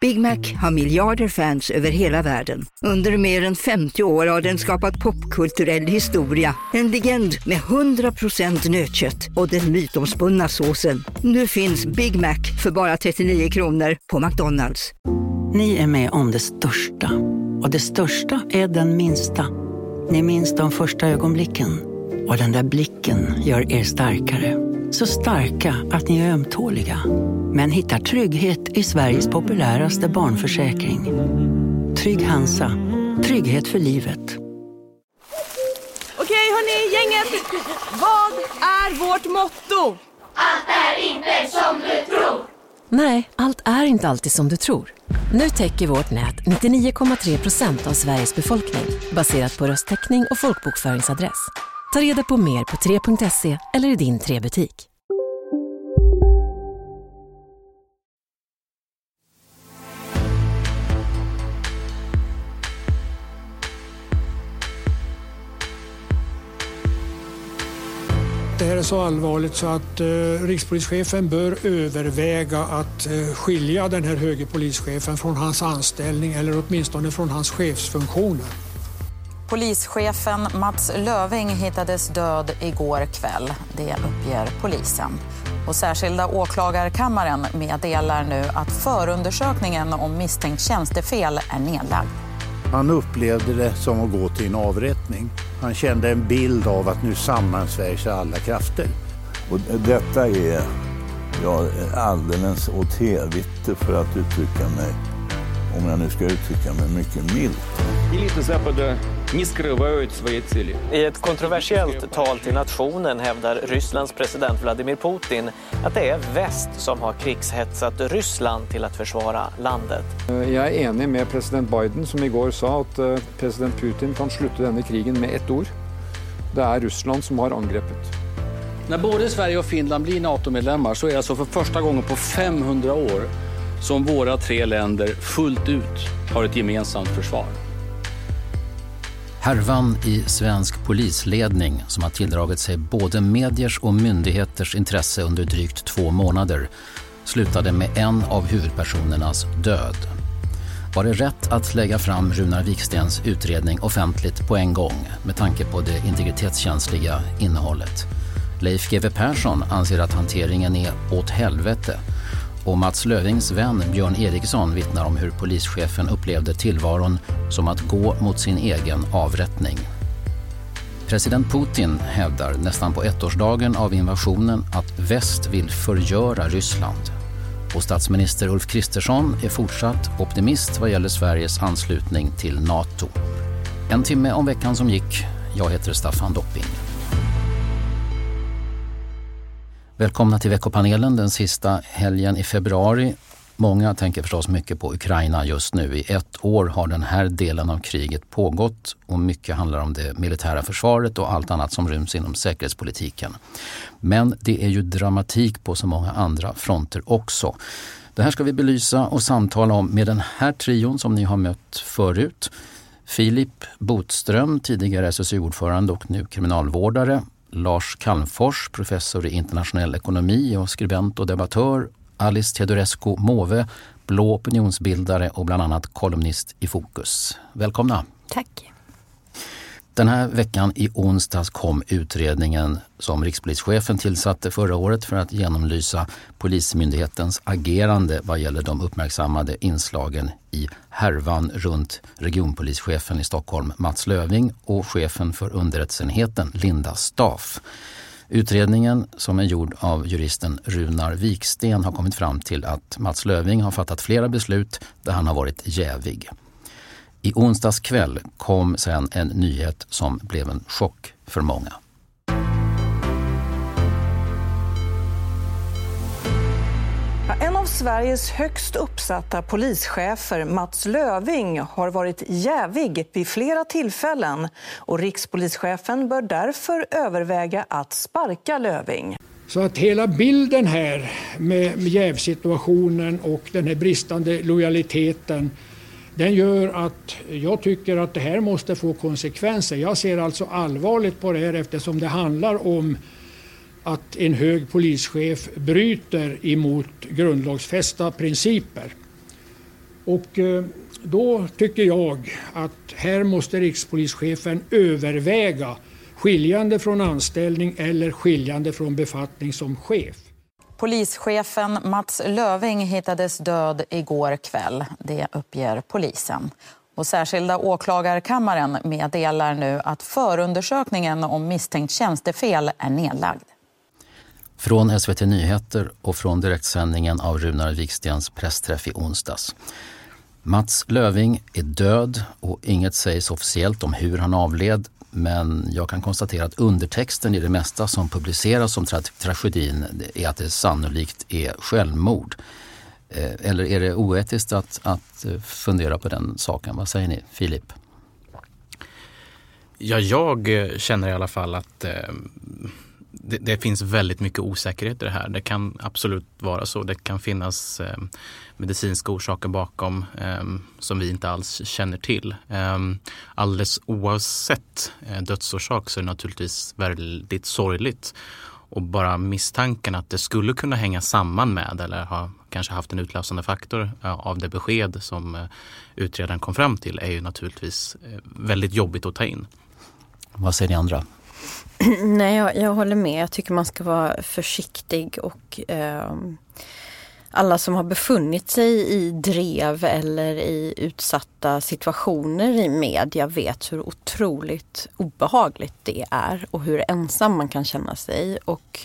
Big Mac har miljarder fans över hela världen. Under mer än 50 år har den skapat popkulturell historia. En legend med 100% nötkött och den mytomspunna såsen. Nu finns Big Mac för bara 39 kronor på McDonald's. Ni är med om det största. Och det största är den minsta. Ni minns de första ögonblicken. Och den där blicken gör er starkare. Så starka att ni är ömtåliga. Men hittar trygghet i Sveriges populäraste barnförsäkring. Trygg Hansa. Trygghet för livet. Okej hörni, gänget. Vad är vårt motto? Allt är inte som du tror. Nej, allt är inte alltid som du tror. Nu täcker vårt nät 99,3% av Sveriges befolkning baserat på röstteckning och folkbokföringsadress. Ta reda på mer på 3.se eller i din 3-butik. Det här är så allvarligt så att rikspolischefen bör överväga att skilja den här höge polischefen från hans anställning eller åtminstone från hans chefsfunktioner. Polischefen Mats Löving hittades död igår kväll, det uppger polisen. Och särskilda åklagarkammaren meddelar nu att förundersökningen om misstänkt tjänstefel är nedlagd. Han upplevde det som att gå till en avrättning. Han kände en bild av att nu sammansvärjer sig alla krafter. Och detta är alldeles åt helvete för att uttrycka mig, om jag nu ska uttrycka mig mycket milt. Eliten Zapada не скрывают свои цели. I ett kontroversiellt tal till nationen hävdar Rysslands president Vladimir Putin att det är väst som har krigshetsat Ryssland till att försvara landet. Jag är enig med president Biden som igår sa att president Putin kan sluta denna krigen med ett ord. Det är Ryssland som har angreppet. När både Sverige och Finland blir NATO-medlemmar så är det alltså för första gången på 500 år som våra 3 länder fullt ut har ett gemensamt försvar. Härvan i svensk polisledning som har tilldragit sig både mediers och myndigheters intresse under drygt 2 månader slutade med en av huvudpersonernas död. Var det rätt att lägga fram Runar Vikstens utredning offentligt på en gång med tanke på det integritetskänsliga innehållet? Leif GW Persson anser att hanteringen är åt helvete. Och Mats Lövings vän Björn Eriksson vittnar om hur polischefen upplevde tillvaron som att gå mot sin egen avrättning. President Putin hävdar nästan på 1-årsdagen av invasionen att väst vill förgöra Ryssland. Och statsminister Ulf Kristersson är fortsatt optimist vad gäller Sveriges anslutning till NATO. En timme om veckan som gick. Jag heter Staffan Dopping. Välkomna till veckopanelen den sista helgen i februari. Många tänker förstås mycket på Ukraina just nu. I 1 år har den här delen av kriget pågått och mycket handlar om det militära försvaret och allt annat som ryms inom säkerhetspolitiken. Men det är ju dramatik på så många andra fronter också. Det här ska vi belysa och samtala om med den här trion som ni har mött förut. Filip Botström, tidigare SSU-ordförande och nu kriminalvårdare. Lars Calmfors, professor i internationell ekonomi och skribent och debattör. Alice Teodorescu Måwe, blå opinionsbildare och bland annat kolumnist i Fokus. Välkomna. Tack. Den här veckan i onsdags kom utredningen som rikspolischefen tillsatte förra året för att genomlysa polismyndighetens agerande vad gäller de uppmärksammade inslagen i härvan runt regionpolischefen i Stockholm Mats Löving och chefen för underrättelseenheten Linda Staff. Utredningen som är gjord av juristen Runar Viksten har kommit fram till att Mats Löving har fattat flera beslut där han har varit jävig. I onsdags kväll kom sedan en nyhet som blev en chock för många. En av Sveriges högst uppsatta polischefer, Mats Löving, har varit jävig vid flera tillfällen och rikspolischefen bör därför överväga att sparka Löving. Så att hela bilden här med jävsituationen och den här bristande lojaliteten, den gör att jag tycker att det här måste få konsekvenser. Jag ser alltså allvarligt på det här eftersom det handlar om att en hög polischef bryter emot grundlagsfästa principer. Och då tycker jag att här måste rikspolischefen överväga skiljande från anställning eller skiljande från befattning som chef. Polischefen Mats Löfving hittades död igår kväll, det uppger polisen. Och särskilda åklagarkammaren meddelar nu att förundersökningen om misstänkt tjänstefel är nedlagd. Från SVT Nyheter och från direktsändningen av Runar Vikstens pressträff i onsdags. Mats Löfving är död och inget sägs officiellt om hur han avled, men jag kan konstatera att undertexten i det mesta som publiceras om tragedin är att det sannolikt är självmord. Eller är det oetiskt att fundera på den saken? Vad säger ni, Filip? Ja, jag känner i alla fall att det finns väldigt mycket osäkerhet i det här. Det kan absolut vara så. Det kan finnas medicinska orsaker bakom som vi inte alls känner till. Alldeles oavsett dödsorsak så är det naturligtvis väldigt sorgligt. Och bara misstanken att det skulle kunna hänga samman med eller ha kanske haft en utlösande faktor av det besked som utredaren kom fram till är ju naturligtvis väldigt jobbigt att ta in. Vad säger ni andra? Nej, jag håller med. Jag tycker man ska vara försiktig och alla som har befunnit sig i drev eller i utsatta situationer i media vet hur otroligt obehagligt det är och hur ensam man kan känna sig. Och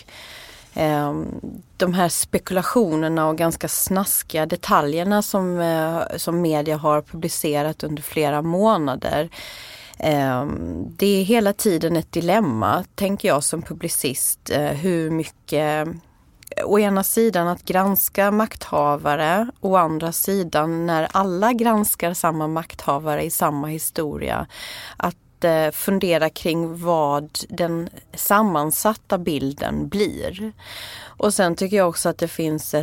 de här spekulationerna och ganska snaskiga detaljerna som media har publicerat under flera månader, det är hela tiden ett dilemma, tänker jag som publicist, hur mycket å ena sidan att granska makthavare, å andra sidan när alla granskar samma makthavare i samma historia, att fundera kring vad den sammansatta bilden blir. Och sen tycker jag också att det finns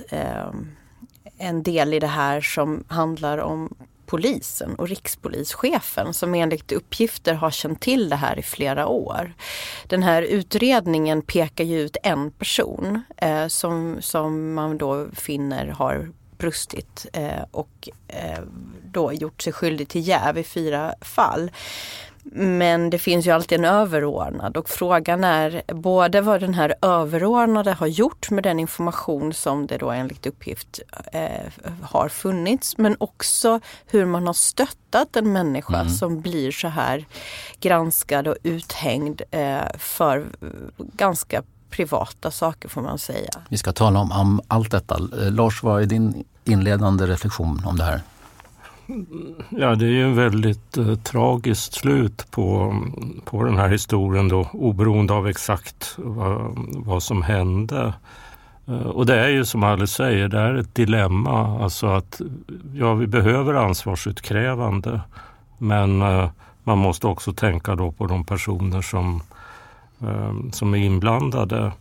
en del i det här som handlar om polisen och rikspolischefen som enligt uppgifter har känt till det här i flera år. Den här utredningen pekar ju ut en person som man då finner har brustit och då gjort sig skyldig till jäv i 4 fall. Men det finns ju alltid en överordnad och frågan är både vad den här överordnade har gjort med den information som det då enligt uppgift har funnits, men också hur man har stöttat en människa som blir så här granskad och uthängd för ganska privata saker får man säga. Vi ska tala om allt detta. Lars, vad är din inledande reflektion om det här? Ja, det är ju en väldigt tragiskt slut på den här historien då, oberoende av exakt vad som hände. Och det är ju som Alice säger, det är ett dilemma. Alltså att vi behöver ansvarsutkrävande, men man måste också tänka då på de personer som är inblandade.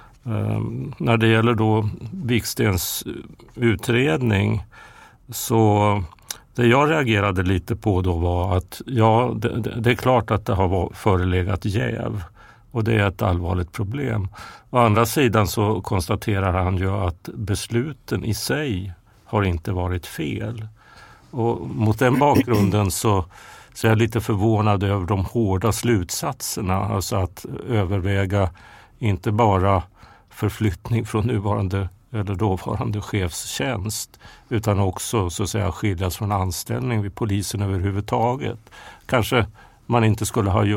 När det gäller då Vikstens utredning så det jag reagerade lite på då var att det är klart att det har förelegat jäv och det är ett allvarligt problem. Å andra sidan så konstaterar han ju att besluten i sig har inte varit fel. Och mot den bakgrunden så är jag lite förvånad över de hårda slutsatserna. Alltså att överväga inte bara förflyttning från nuvarande eller dåvarande chefstjänst utan också så att säga skiljas från anställning vid polisen överhuvudtaget. Kanske man inte skulle ha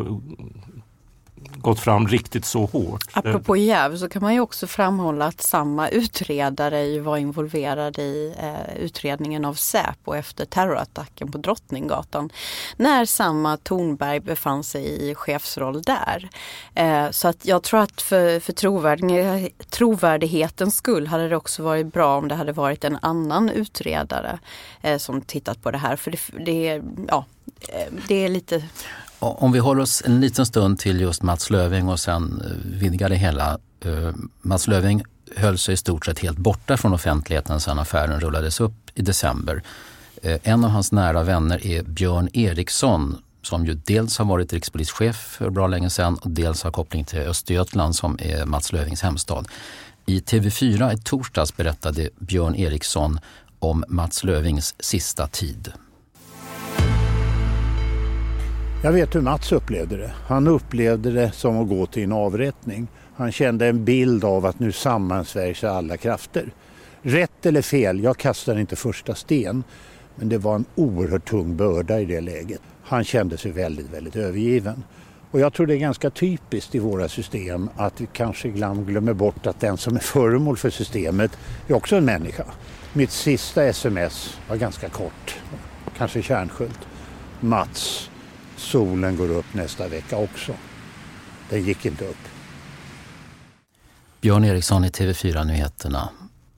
gått fram riktigt så hårt. Apropå jäv så kan man ju också framhålla att samma utredare ju var involverad i utredningen av Säpo efter terrorattacken på Drottninggatan när samma Thornberg befann sig i chefsroll där. Så att jag tror att för trovärdighetens skull hade det också varit bra om det hade varit en annan utredare som tittat på det här. För det är lite... Om vi håller oss en liten stund till just Mats Löfving och sen vidgar det hela. Mats Löfving höll sig i stort sett helt borta från offentligheten sedan affären rullades upp i december. En av hans nära vänner är Björn Eriksson som ju dels har varit rikspolischef för bra länge sedan och dels har koppling till Östergötland som är Mats Löfvings hemstad. I TV4 i torsdags berättade Björn Eriksson om Mats Löfvings sista tid. Jag vet hur Mats upplevde det. Han upplevde det som att gå till en avrättning. Han kände en bild av att nu sammansvärjer alla krafter. Rätt eller fel, jag kastar inte första sten. Men det var en oerhört tung börda i det läget. Han kände sig väldigt, väldigt övergiven. Och jag tror det är ganska typiskt i våra system att vi kanske ibland glömmer bort att den som är föremål för systemet är också en människa. Mitt sista sms var ganska kort, kanske kärnskylt. Mats, solen går upp nästa vecka också. Den gick inte upp. Björn Eriksson i TV4-nyheterna.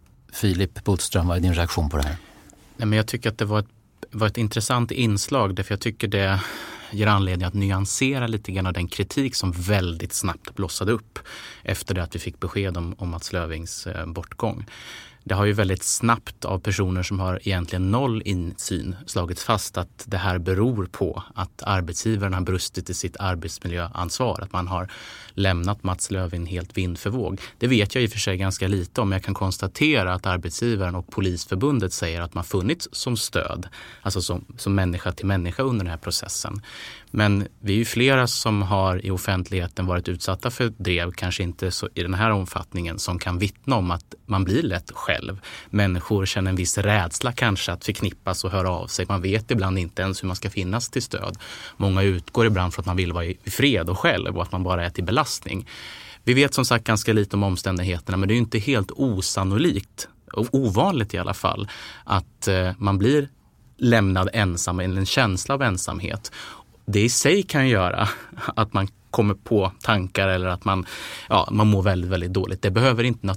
Filip Bodström, vad är din reaktion på det här? Nej, men jag tycker att det var ett intressant inslag, därför jag tycker det ger anledning att nyansera lite grann av den kritik som väldigt snabbt blossade upp efter det att vi fick besked om Mats Löfvings bortgång. Det har ju väldigt snabbt av personer som har egentligen noll insyn slagits fast att det här beror på att arbetsgivaren har brustit i sitt arbetsmiljöansvar. Att man har lämnat Mats Löfving helt vind för våg. Det vet jag i och för sig ganska lite om. Jag kan konstatera att arbetsgivaren och Polisförbundet säger att man funnits som stöd. Alltså som människa till människa under den här processen. Men vi är ju flera som har i offentligheten varit utsatta för drev, kanske inte så i den här omfattningen, som kan vittna om att man blir lätt själv. Människor känner en viss rädsla kanske att förknippas och höra av sig. Man vet ibland inte ens hur man ska finnas till stöd. Många utgår ibland för att man vill vara i fred och själv och att man bara är till belastning. Vi vet som sagt ganska lite om omständigheterna, men det är ju inte helt osannolikt, och ovanligt i alla fall, att man blir lämnad ensam eller en känsla av ensamhet. Det i sig kan göra att man kommer på tankar eller att man mår väldigt, väldigt dåligt. Det behöver inte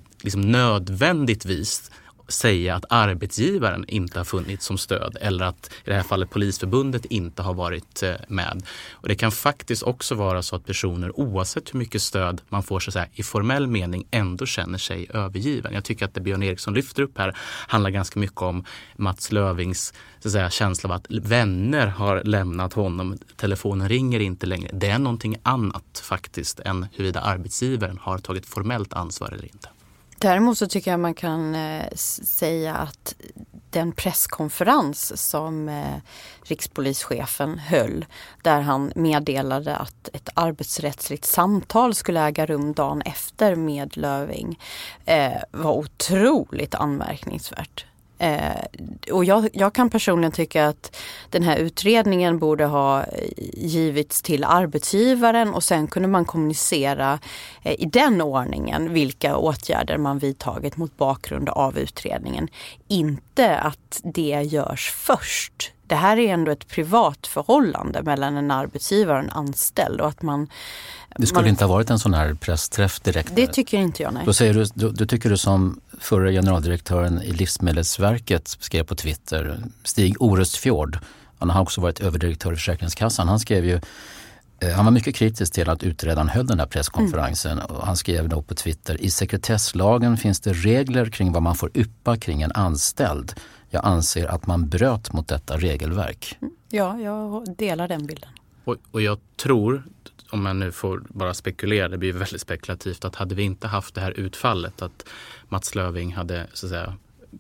nödvändigtvis säga att arbetsgivaren inte har funnits som stöd eller att i det här fallet Polisförbundet inte har varit med. Och det kan faktiskt också vara så att personer, oavsett hur mycket stöd man får så att säga, i formell mening, ändå känner sig övergiven. Jag tycker att det Björn Eriksson lyfter upp här handlar ganska mycket om Mats Löfvings så att säga, känsla av att vänner har lämnat honom. Telefonen ringer inte längre. Det är någonting annat faktiskt än huruvida arbetsgivaren har tagit formellt ansvar eller inte. Däremot så tycker jag man kan säga att den presskonferens som rikspolischefen höll, där han meddelade att ett arbetsrättsligt samtal skulle äga rum dagen efter med Löfving, var otroligt anmärkningsvärt. Och jag kan personligen tycka att den här utredningen borde ha givits till arbetsgivaren och sen kunde man kommunicera i den ordningen vilka åtgärder man vidtagit mot bakgrund av utredningen. Inte att det görs först. Det här är ändå ett privat förhållande mellan en arbetsgivare och en anställd. Och att det skulle inte ha varit en sån här pressträff direkt? Det tycker inte jag, nej. Då säger du tycker du som förra generaldirektören i Livsmedelsverket skrev på Twitter, Stig Orustfjord, han har också varit överdirektör i Försäkringskassan, han skrev ju, han var mycket kritisk till att utredaren höll den här presskonferensen och han skrev då på Twitter: i sekretesslagen finns det regler kring vad man får yppa kring en anställd. Jag anser att man bröt mot detta regelverk. Ja, jag delar den bilden. Och jag tror, om man nu får bara spekulera, det blir väldigt spekulativt, att hade vi inte haft det här utfallet, att Mats Löfving hade så att säga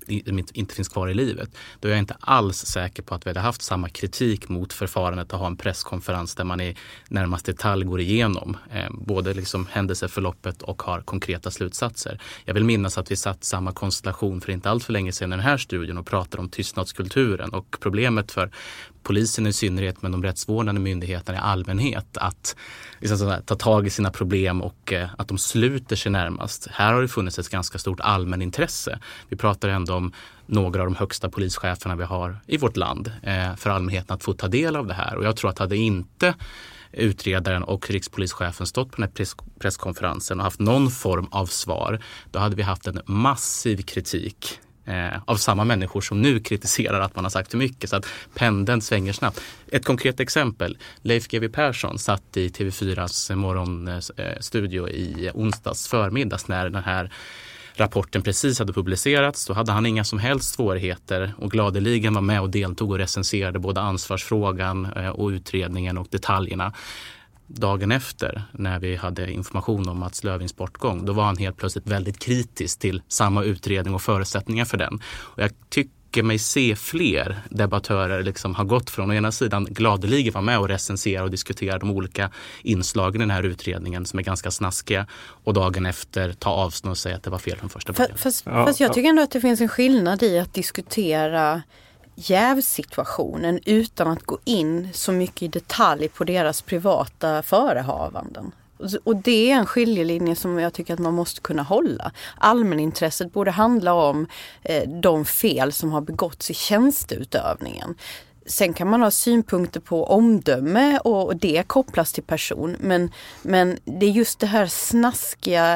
inte finns kvar i livet, då är jag inte alls säker på att vi hade haft samma kritik mot förfarandet att ha en presskonferens där man i närmast detalj går igenom både liksom händelseförloppet och har konkreta slutsatser. Jag vill minnas att vi satt samma konstellation för inte allt för länge sedan i den här studien och pratade om tystnadskulturen och problemet för polisen i synnerhet, men de rättsvårdande myndigheterna i allmänhet att liksom ta tag i sina problem och att de sluter sig närmast. Här har det funnits ett ganska stort allmänintresse. Vi pratar ändå om några av de högsta polischeferna vi har i vårt land för allmänheten att få ta del av det här. Och jag tror att hade inte utredaren och rikspolischefen stått på den här presskonferensen och haft någon form av svar, då hade vi haft en massiv kritik av samma människor som nu kritiserar att man har sagt för mycket, så att pendeln svänger snabbt. Ett konkret exempel: Leif GW Persson satt i TV4s morgonstudio i onsdags förmiddags när den här rapporten precis hade publicerats. Då hade han inga som helst svårigheter och gladeligen var med och deltog och recenserade både ansvarsfrågan och utredningen och detaljerna. Dagen efter, när vi hade information om Mats Löfvings bortgång, då var han helt plötsligt väldigt kritisk till samma utredning och förutsättningar för den. Och jag tycker mig se fler debattörer liksom har gått från å ena sidan gladeligen vara med och recensera och diskutera de olika inslagen i den här utredningen som är ganska snaskiga och dagen efter ta avstånd och säga att det var fel från första början. Fast jag tycker ändå att det finns en skillnad i att diskutera jävsituationen utan att gå in så mycket i detalj på deras privata förehavanden. Och det är en skiljelinje som jag tycker att man måste kunna hålla. Allmänintresset borde handla om de fel som har begåtts i tjänsteutövningen. Sen kan man ha synpunkter på omdöme och det kopplas till person. Men det är just det här snaskiga,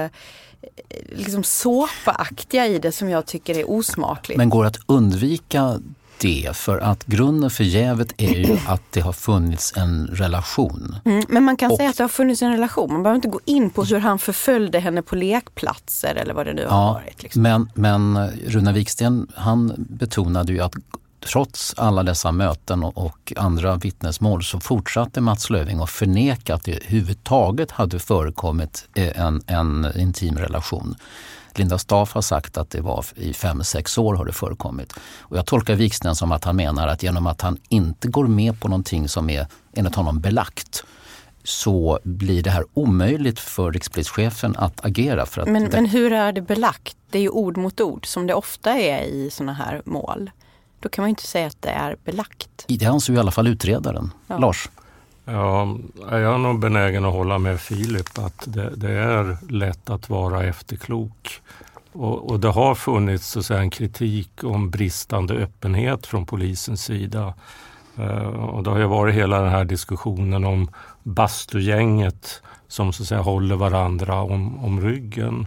liksom såpaaktiga i det som jag tycker är osmakligt. Men går att undvika det? För att grunden för jävet är ju att det har funnits en relation. Men man kan säga att det har funnits en relation. Man behöver inte gå in på hur han förföljde henne på lekplatser eller vad det nu har varit. Liksom. Men Rune Wiksten, han betonade ju att trots alla dessa möten och andra vittnesmål så fortsatte Mats Löfving att förneka att det överhuvudtaget hade förekommit en intim relation. Linda Staff har sagt att det var i 5-6 år har det förekommit. Och jag tolkar Wiksten som att han menar att genom att han inte går med på någonting som är enligt honom belagt så blir det här omöjligt för rikspolischefen att agera. För att men hur är det belagt? Det är ju ord mot ord som det ofta är i såna här mål. Då kan man ju inte säga att det är belagt. Det anser ju i alla fall utredaren. Ja. Lars? Ja, jag är nog benägen att hålla med Filip att det är lätt att vara efterklok. Och det har funnits så att säga, en kritik om bristande öppenhet från polisens sida. Och det har ju varit hela den här diskussionen om bastugänget som så att säga håller varandra om ryggen.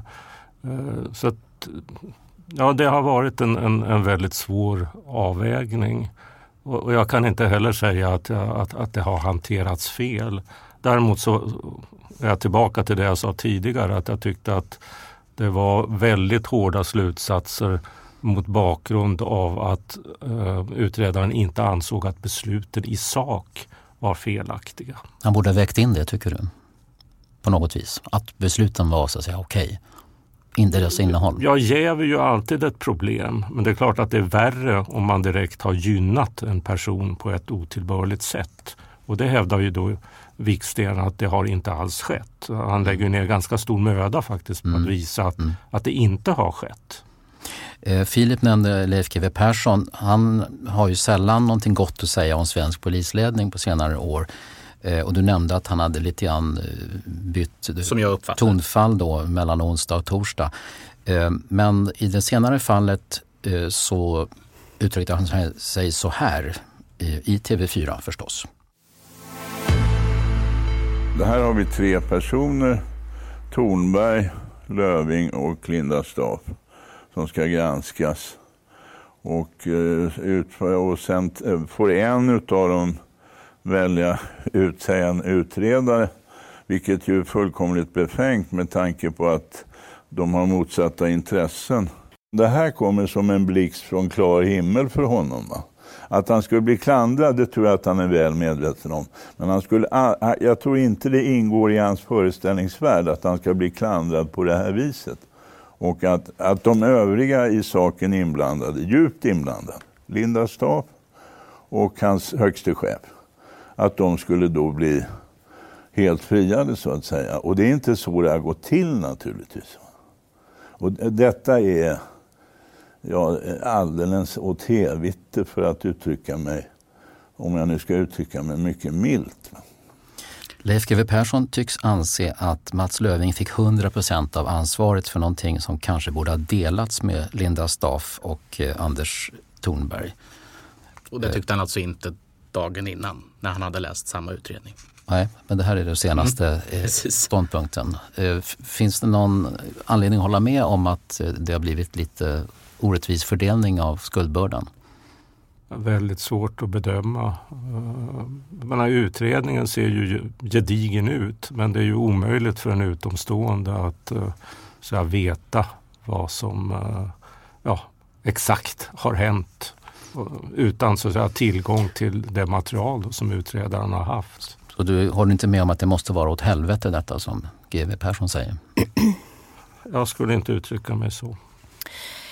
Så att, ja, det har varit en väldigt svår avvägning. Och jag kan inte heller säga att det har hanterats fel. Däremot så är jag tillbaka till det jag sa tidigare. Att jag tyckte att det var väldigt hårda slutsatser mot bakgrund av att utredaren inte ansåg att besluten i sak var felaktiga. Han borde ha vägt in det, tycker du? På något vis. Att besluten var så att säga okej. Inte dess innehåll. Jag jäv är ju alltid ett problem. Men det är klart att det är värre om man direkt har gynnat en person på ett otillbörligt sätt. Och det hävdar ju då Wiksten att det har inte alls skett. Han lägger ner ganska stor möda faktiskt på att visa att det inte har skett. Filip nämnde Leif GW Persson. Han har ju sällan någonting gott att säga om svensk polisledning på senare år. Och du nämnde att han hade lite grann bytt tonfall då mellan onsdag och torsdag. Men i det senare fallet så uttryckte han sig så här i TV4 förstås. Det här har vi 3 personer, Thornberg, Löfving och Linda Staff, som ska granskas. Och sen får en utav dem välja ut sig en utredare, vilket ju är fullkomligt befängt med tanke på att de har motsatta intressen. Det här kommer som en blixt från klar himmel för honom. Va? Att han skulle bli klandrad, det tror jag att han är väl medveten om. Men jag tror inte det ingår i hans föreställningsvärld att han ska bli klandrad på det här viset. Och att de övriga i saken inblandade, djupt inblandade, Linda Staff och hans högste chef, att de skulle då bli helt friade så att säga. Och det är inte så det har gått till naturligtvis. Och detta är alldeles åt helvete för att uttrycka mig, om jag nu ska uttrycka mig mycket milt. Leif GW Persson tycks anse att Mats Löfving fick 100% av ansvaret för någonting som kanske borde ha delats med Linda Staff och Anders Thornberg. Och det tyckte han alltså inte dagen innan när han hade läst samma utredning. Nej, men det här är den senaste ståndpunkten. Finns det någon anledning att hålla med om att det har blivit lite orättvis fördelning av skuldbördan? Väldigt svårt att bedöma. Den här utredningen ser ju gedigen ut, men det är ju omöjligt för en utomstående att veta vad som exakt har hänt utan så att säga tillgång till det material som utredaren har haft. Så du håller inte med om att det måste vara åt helvete detta som GW Persson säger? Jag skulle inte uttrycka mig så.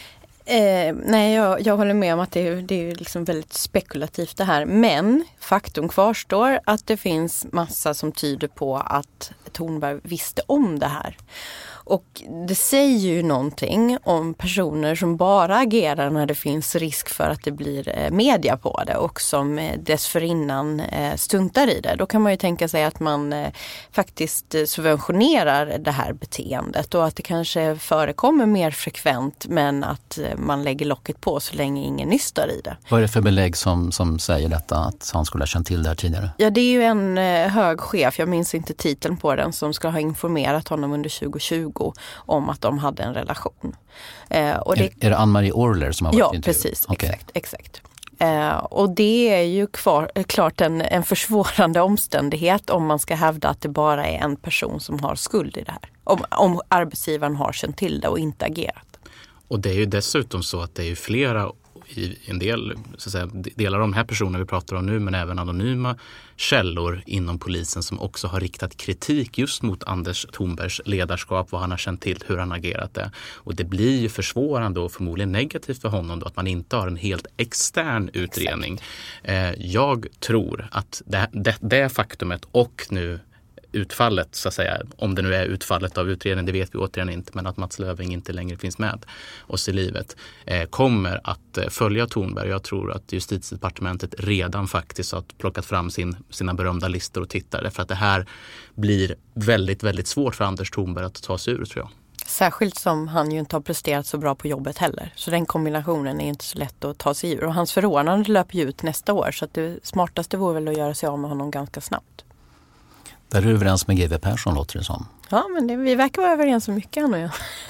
Nej, jag håller med om att det är liksom väldigt spekulativt det här. Men faktum kvarstår att det finns massa som tyder på att Thornberg visste om det här. Och det säger ju någonting om personer som bara agerar när det finns risk för att det blir media på det och som dessförinnan stuntar i det. Då kan man ju tänka sig att man faktiskt subventionerar det här beteendet och att det kanske förekommer mer frekvent men att man lägger locket på så länge ingen nystar i det. Vad är det för belägg som säger detta, att han skulle ha känt till det här tidigare? Ja, det är ju en hög chef, jag minns inte titeln på den, som ska ha informerat honom under 2020 om att de hade en relation. Och det... Är det Ann-Marie Orler som har varit intervjuad? Ja, precis. Okay. Exakt. Och det är ju klart en försvårande omständighet om man ska hävda att det bara är en person som har skuld i det här. Om arbetsgivaren har känt till det och inte agerat. Och det är ju dessutom så att det är ju flera i en del, så att säga, delar av de här personerna vi pratar om nu, men även anonyma källor inom polisen som också har riktat kritik just mot Anders Thornbergs ledarskap, vad han har känt till, hur han agerat det. Och det blir ju försvårande och förmodligen negativt för honom då att man inte har en helt extern utredning. Jag tror att det faktumet och nu utfallet, så att säga, om det nu är utfallet av utredningen, det vet vi återigen inte, men att Mats Löfving inte längre finns med oss i livet, kommer att följa Thornberg. Jag tror att Justitiedepartementet redan faktiskt har plockat fram sina berömda listor och tittar, för att det här blir väldigt, väldigt svårt för Anders Thornberg att ta sig ur, tror jag. Särskilt som han ju inte har presterat så bra på jobbet heller. Så den kombinationen är inte så lätt att ta sig ur. Och hans förordnande löper ju ut nästa år, så att det smartaste vore väl att göra sig av med honom ganska snabbt. Där är du överens med GW Persson, låter det som. Ja, men vi verkar vara överens om mycket, han och jag.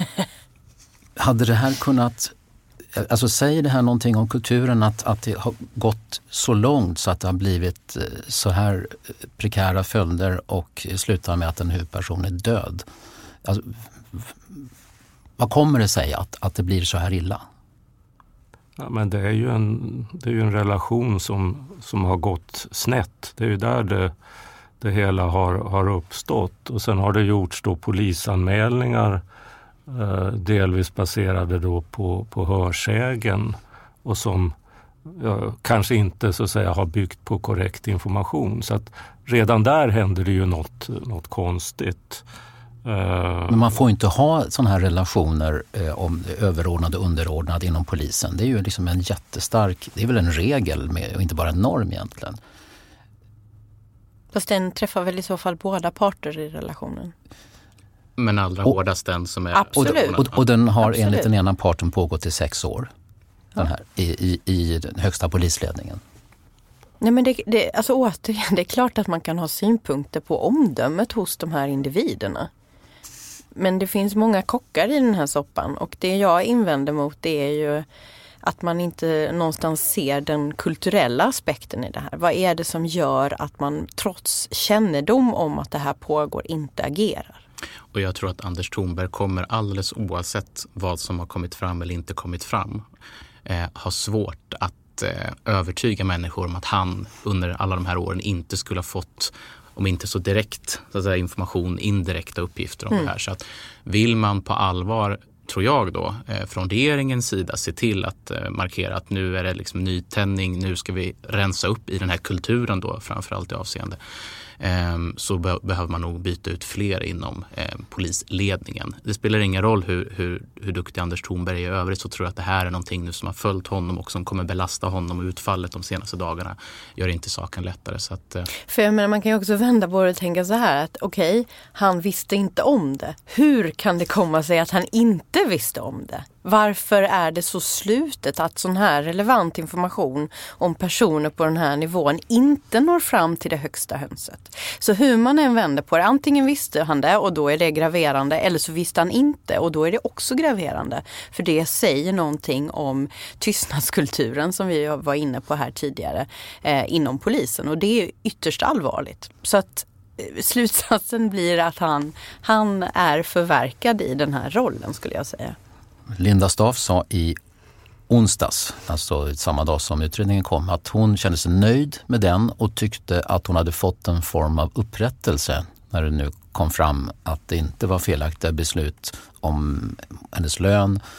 Hade det här kunnat... Alltså säger det här någonting om kulturen att det har gått så långt så att det har blivit så här prekära följder och slutar med att en huvudperson är död? Alltså, vad kommer det sig att det blir så här illa? Ja, men det är ju en relation som har gått snett. Det är ju där det hela har uppstått. Och sen har det gjorts då polisanmälningar delvis baserade då på hörsägen och som kanske inte så att säga har byggt på korrekt information. Så att redan där händer det ju något konstigt. Men man får inte ha sådana här relationer om överordnad och underordnad inom polisen. Det är ju liksom en jättestark, det är väl en regel och inte bara en norm egentligen. Fast den träffar väl i så fall båda parter i relationen? Men allra hårdast den som är... Absolut. Och den har enligt den ena parten pågått i 6 år. Den här, i den högsta polisledningen. Nej, men alltså återigen, det är klart att man kan ha synpunkter på omdömet hos de här individerna. Men det finns många kockar i den här soppan. Och det jag invänder mot, det är ju att man inte någonstans ser den kulturella aspekten i det här. Vad är det som gör att man trots kännedom om att det här pågår inte agerar? Och jag tror att Anders Thornberg kommer alldeles oavsett vad som har kommit fram eller inte kommit fram ha svårt att övertyga människor om att han under alla de här åren inte skulle ha fått, om inte så direkt så att säga, information, indirekta uppgifter om det här. Så att vill man på allvar, tror jag då, från regeringens sida se till att markera att nu är det liksom nytändning, nu ska vi rensa upp i den här kulturen då, framförallt i avseende, så behöver man nog byta ut fler inom polisledningen. Det spelar ingen roll hur duktig Anders Thornberg är i övrigt, så tror jag att det här är någonting nu som har följt honom och som kommer belasta honom, och utfallet de senaste dagarna gör inte saken lättare. Så att, För jag menar, man kan ju också vända på det och tänka så här att okej, han visste inte om det. Hur kan det komma sig att han inte visste om det? Varför är det så slutet att sån här relevant information om personer på den här nivån inte når fram till det högsta hönset? Så hur man än vänder på det, antingen visste han det och då är det graverande, eller så visste han inte och då är det också graverande. För det säger någonting om tystnadskulturen som vi var inne på här tidigare inom polisen, och det är ytterst allvarligt. Så att slutsatsen blir att han är förverkad i den här rollen, skulle jag säga. Linda Staaf sa i onsdags, alltså samma dag som utredningen kom, att hon kände sig nöjd med den och tyckte att hon hade fått en form av upprättelse när det nu kom fram att det inte var felaktiga beslut om hennes lön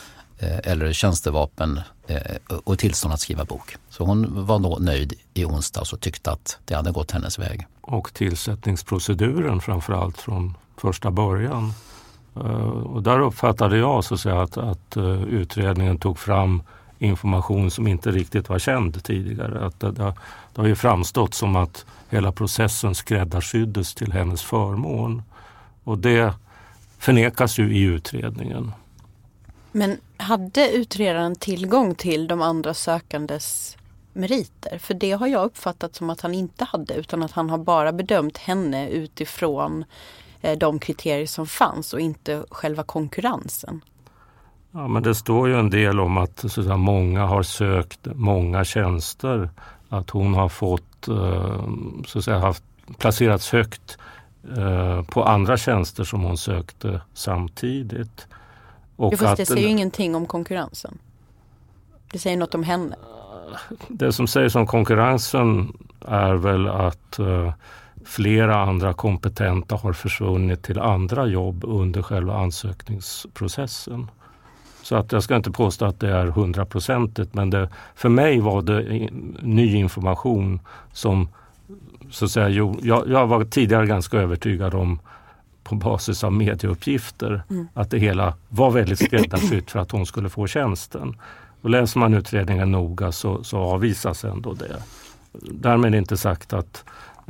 eller tjänstevapen och tillstånd att skriva bok. Så hon var då nöjd i onsdags och tyckte att det hade gått hennes väg. Och tillsättningsproceduren framförallt från första början. Och där uppfattade jag så att säga att utredningen tog fram information som inte riktigt var känd tidigare. Att det har ju framstått som att hela processen skräddarsyddes till hennes förmån. Och det förnekas ju i utredningen. Men hade utredaren tillgång till de andra sökandes meriter? För det har jag uppfattat som att han inte hade, utan att han har bara bedömt henne utifrån de kriterier som fanns och inte själva konkurrensen. Ja, men det står ju en del om att så att säga, många har sökt många tjänster. Att hon har fått så att säga, haft placerats högt på andra tjänster som hon sökte samtidigt. Och fast det säger ju ingenting om konkurrensen. Det säger något om henne. Det som sägs om konkurrensen är väl att flera andra kompetenta har försvunnit till andra jobb under själva ansökningsprocessen. Så att jag ska inte påstå att det är 100%, men för mig var det ny information som så att säga, jag var tidigare ganska övertygad om på basis av medieuppgifter att det hela var väldigt skräddarsytt för att hon skulle få tjänsten. Och läser man utredningen noga så avvisas ändå det. Därmed inte sagt att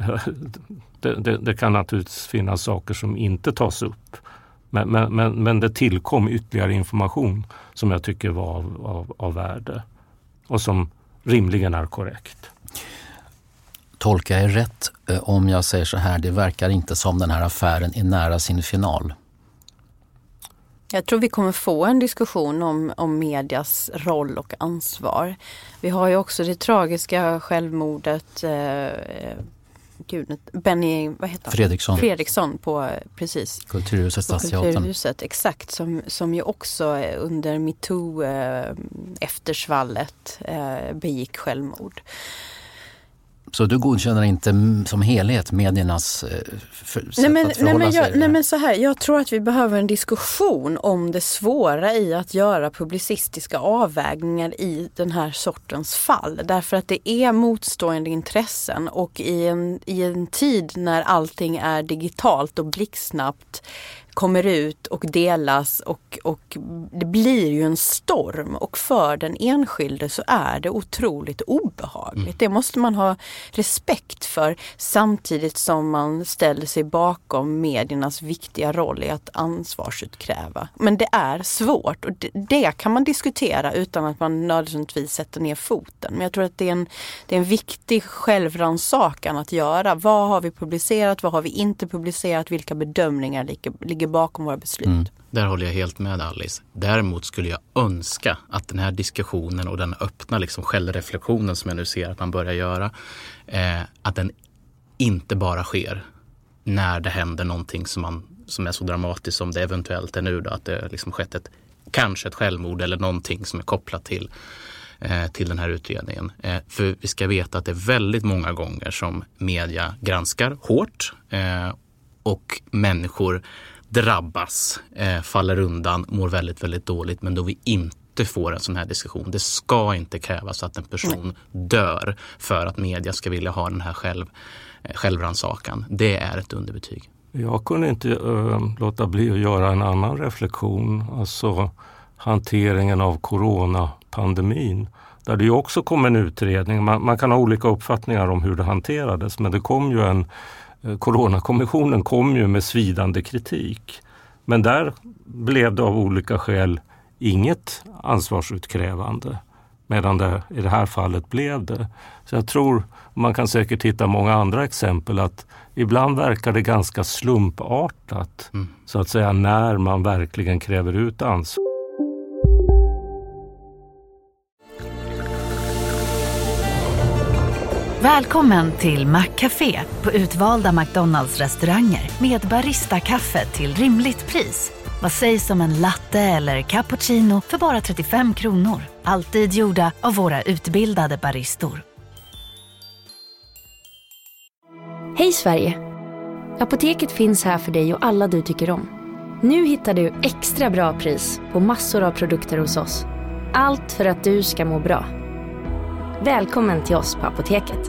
det kan naturligtvis finnas saker som inte tas upp. Men det tillkom ytterligare information som jag tycker var av värde och som rimligen är korrekt. Tolkar jag rätt om jag säger så här, det verkar inte som den här affären är nära sin final? Jag tror vi kommer få en diskussion om medias roll och ansvar. Vi har ju också det tragiska självmordet Benny, vad heter han? Fredriksson på precis Kulturhuset, Stadsteatern. Kulturhuset, exakt, som ju också under MeToo eftersvallet begick självmord. Så du godkänner inte som helhet mediernas sätt att förhålla sig? Nej men så här, jag tror att vi behöver en diskussion om det svåra i att göra publicistiska avvägningar i den här sortens fall. Därför att det är motstående intressen och i en tid när allting är digitalt och blixtsnabbt kommer ut och delas och det blir ju en storm, och för den enskilde så är det otroligt obehagligt. Det måste man ha respekt för, samtidigt som man ställer sig bakom mediernas viktiga roll i att ansvarsutkräva. Men det är svårt, och det kan man diskutera utan att man nödvändigtvis sätter ner foten. Men jag tror att det är en viktig självrannsakan att göra. Vad har vi publicerat, vad har vi inte publicerat, vilka bedömningar ligger bakom våra beslut. Där håller jag helt med Alice. Däremot skulle jag önska att den här diskussionen och den öppna liksom självreflektionen som jag nu ser att man börjar göra, att den inte bara sker när det händer någonting som är så dramatiskt som det eventuellt är nu då, att det liksom skett kanske ett självmord eller någonting som är kopplat till den här utredningen. För vi ska veta att det är väldigt många gånger som media granskar hårt och människor drabbas, faller undan, mår väldigt, väldigt dåligt, men då vi inte får en sån här diskussion. Det ska inte krävas att en person dör för att media ska vilja ha den här självrannsakan. Det är ett underbetyg. Jag kunde inte låta bli att göra en annan reflektion, alltså hanteringen av coronapandemin, där det ju också kom en utredning. Man kan ha olika uppfattningar om hur det hanterades, men det kom ju Coronakommissionen kom ju med svidande kritik. Men där blev det av olika skäl inget ansvarsutkrävande, medan det i det här fallet blev det. Så jag tror, man kan säkert hitta många andra exempel, att ibland verkar det ganska slumpartat så att säga när man verkligen kräver ut ansvar. Välkommen till McCafé på utvalda McDonalds-restauranger med barista-kaffe till rimligt pris. Vad sägs om en latte eller cappuccino för bara 35 kronor? Alltid gjorda av våra utbildade baristor. Hej Sverige! Apoteket finns här för dig och alla du tycker om. Nu hittar du extra bra pris på massor av produkter hos oss. Allt för att du ska må bra. Välkommen till oss på Apoteket.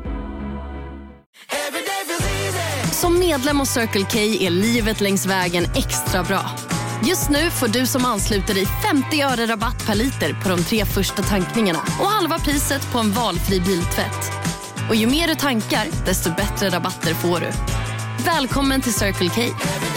Som medlem hos Circle K är livet längs vägen extra bra. Just nu får du som ansluter dig 50 öre rabatt per liter på de 3 första tankningarna och halva priset på en valfri biltvätt. Och ju mer du tankar, desto bättre rabatter får du. Välkommen till Circle K.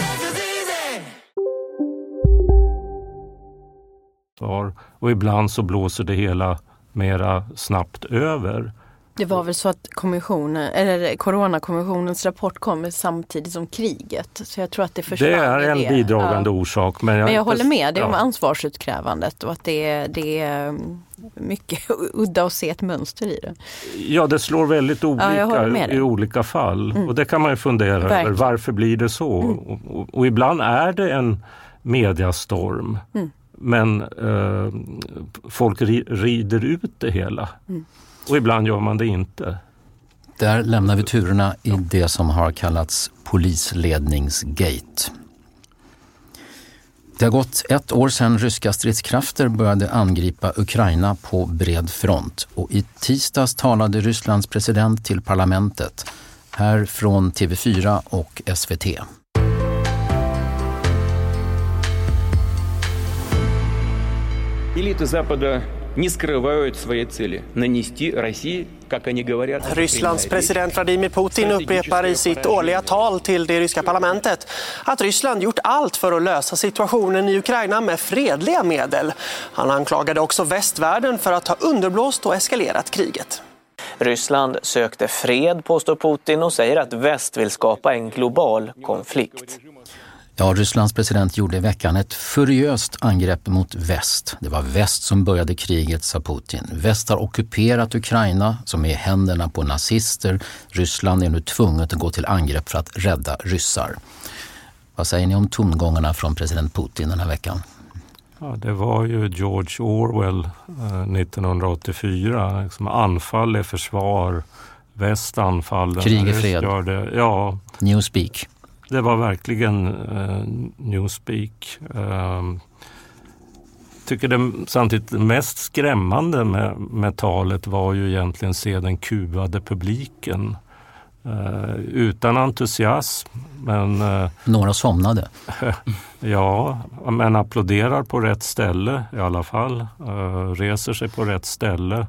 Och ibland så blåser det hela mera snabbt över. Det var väl så att coronakommissionens rapport kommer samtidigt som kriget. Så jag tror att det försvann. Det är en bidragande orsak. Men jag håller med, det är om ansvarsutkrävandet och att det är mycket udda att se ett mönster i det. Ja, det slår väldigt olika i olika fall. Och det kan man ju fundera över. Varför blir det så? Och ibland är det en mediastorm. Men folk rider ut det hela. Och ibland gör man det inte. Där lämnar vi turerna i det som har kallats polisledningsgate. Det har gått 1 år sedan ryska stridskrafter började angripa Ukraina på bred front. Och i tisdags talade Rysslands president till parlamentet. Här från TV4 och SVT. Элиты Запада не скрывают свои цели – нанести России, как они говорят... Rysslands president Vladimir Putin upprepar i sitt årliga tal till det ryska parlamentet att Ryssland gjort allt för att lösa situationen i Ukraina med fredliga medel. Han anklagade också västvärlden för att ha underblåst och eskalerat kriget. Ryssland sökte fred, påstår Putin, och säger att väst vill skapa en global konflikt. Ja, Rysslands president gjorde i veckan ett furiöst angrepp mot väst. Det var väst som började kriget, sa Putin. Väst har ockuperat Ukraina som är i händerna på nazister. Ryssland är nu tvunget att gå till angrepp för att rädda ryssar. Vad säger ni om tongångarna från president Putin den här veckan? Ja, det var ju George Orwell 1984. Liksom anfall är försvar, väst anfaller. Krig är fred. Ja. Newspeak. Det var verkligen newspeak. Tycker det samtidigt mest skrämmande med talet var ju egentligen se den kuvade publiken. Utan entusiasm. Men, några somnade. Ja, men applåderar på rätt ställe i alla fall. Reser sig på rätt ställe.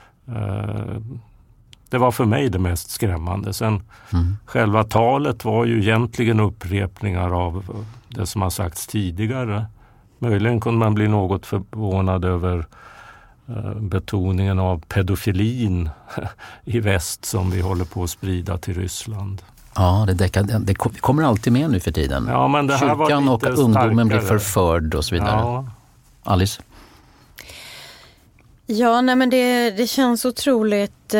Det var för mig det mest skrämmande. Sen själva talet var ju egentligen upprepningar av det som har sagts tidigare. Möjligen kunde man bli något förvånad över betoningen av pedofilin i väst som vi håller på att sprida till Ryssland. Ja, det kommer alltid med nu för tiden. Ja, men det här kyrkan var och ungdomen blir förförd och så vidare. Ja. Alice? Ja, nej, men det känns otroligt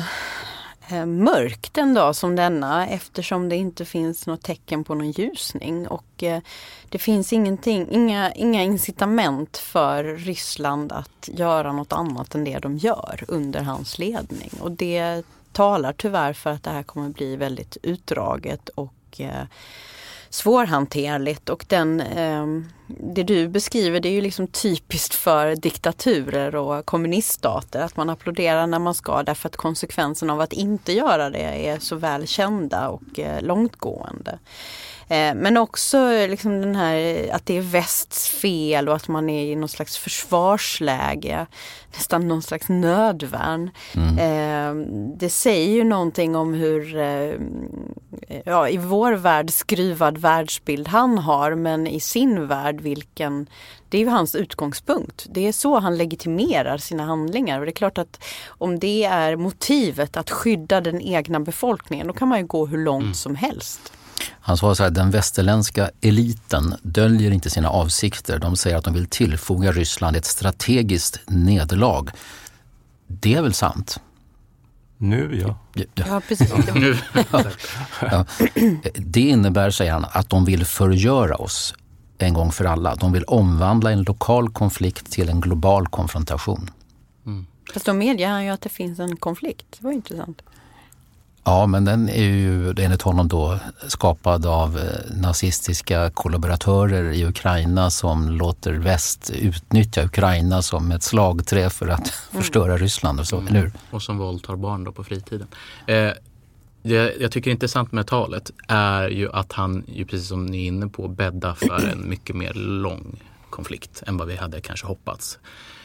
mörkt en dag som denna, eftersom det inte finns något tecken på någon ljusning och det finns inga incitament för Ryssland att göra något annat än det de gör under hans ledning, och det talar tyvärr för att det här kommer bli väldigt utdraget och svårhanterligt, och det du beskriver, det är ju liksom typiskt för diktaturer och kommuniststater, att man applåderar när man ska, därför att konsekvenserna av att inte göra det är så väl kända och långtgående. Men också liksom den här att det är västs fel och att man är i någon slags försvarsläge, nästan någon slags nödvärn. Det säger ju någonting om hur i vår värld skruvad världsbild han har, men i sin värld det är ju hans utgångspunkt. Det är så han legitimerar sina handlingar, och det är klart att om det är motivet att skydda den egna befolkningen, då kan man ju gå hur långt som helst. Han sa så här: den västerländska eliten döljer inte sina avsikter. De säger att de vill tillfoga Ryssland ett strategiskt nederlag. Det är väl sant? Nu, ja. Ja, precis. Nu. Ja. Det innebär, säger han, att de vill förgöra oss en gång för alla. De vill omvandla en lokal konflikt till en global konfrontation. Fast då medger han ju att det finns en konflikt. Det var intressant. Ja, men den är ju enligt honom då skapad av nazistiska kollaboratörer i Ukraina som låter väst utnyttja Ukraina som ett slagträ för att förstöra Ryssland och så, eller hur? Och som våldtar barn då på fritiden. Jag tycker intressant med talet är ju att han, ju precis som ni är inne på, bäddar för en mycket mer lång konflikt än vad vi hade kanske hoppats.